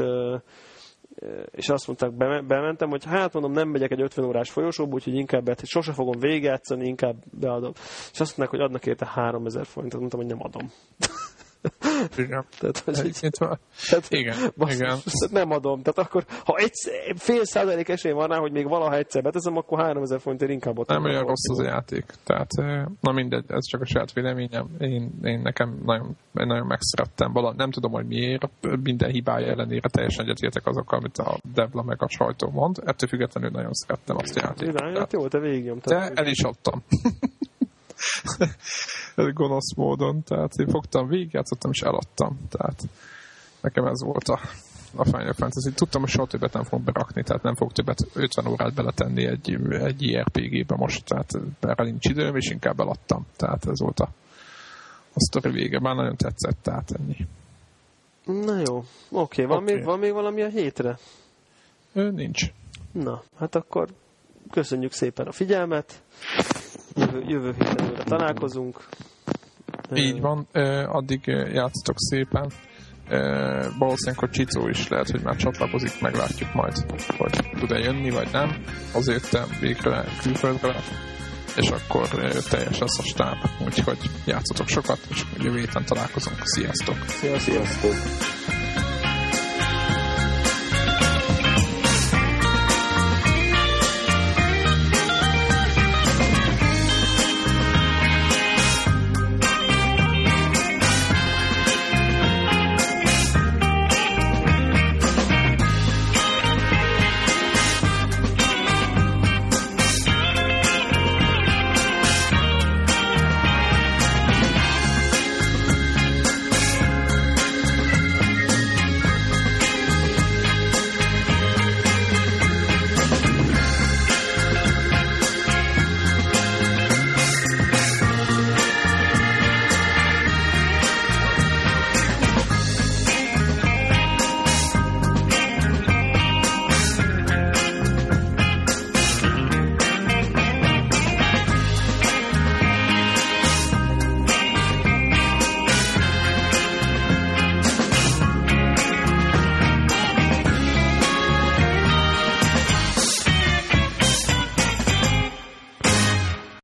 és azt mondták, bementem, hogy hát mondom, nem megyek egy 50 órás folyosóba, úgyhogy inkább sose fogom végigjátszani, inkább beadom. És azt mondták, hogy adnak érte 3000 forintot, mondtam, hogy nem adom. Igen. Igen. Nem adom. Tehát akkor, ha fél százalék esély van rá, hogy még valaha egyszer beteszem, akkor 3000 forintért inkább ott. Nem olyan rossz az a játék. Tehát, na mindegy, ez csak a saját véleményem. Én nekem nagyon megszerettem. Nem tudom, hogy miért. Minden hibája ellenére teljesen egyetértek azokkal, amit a Devla meg a sajtó mond. Ettől függetlenül nagyon szerettem azt a játékot. Hát jó, te végignyomtad. De el is adtam. Gonosz módon, tehát én fogtam, végigjátszottam és eladtam, tehát nekem ez volt a Final Fantasy. Tudtam, hogy soha többet nem fogok berakni, tehát nem fogok többet 50 órát beletenni egy JRPG-be most, tehát erre nincs időm, és inkább eladtam, tehát ez volt a sztori vége, már nagyon tetszett, tehát ennyi. Na jó, oké. Van még valami a hétre? Nincs. Na, hát akkor köszönjük szépen a figyelmet. Jövő héten újra találkozunk. Így van, addig játszatok szépen. Valószínűleg, hogy Csicó is lehet, hogy már csatlakozik, meglátjuk majd, hogy tud-e jönni, vagy nem. Azért jöttem végre külföldre, és akkor teljes lesz a stáb. Úgyhogy játszatok sokat, és jövő héten találkozunk. Sziasztok! Sziasztok!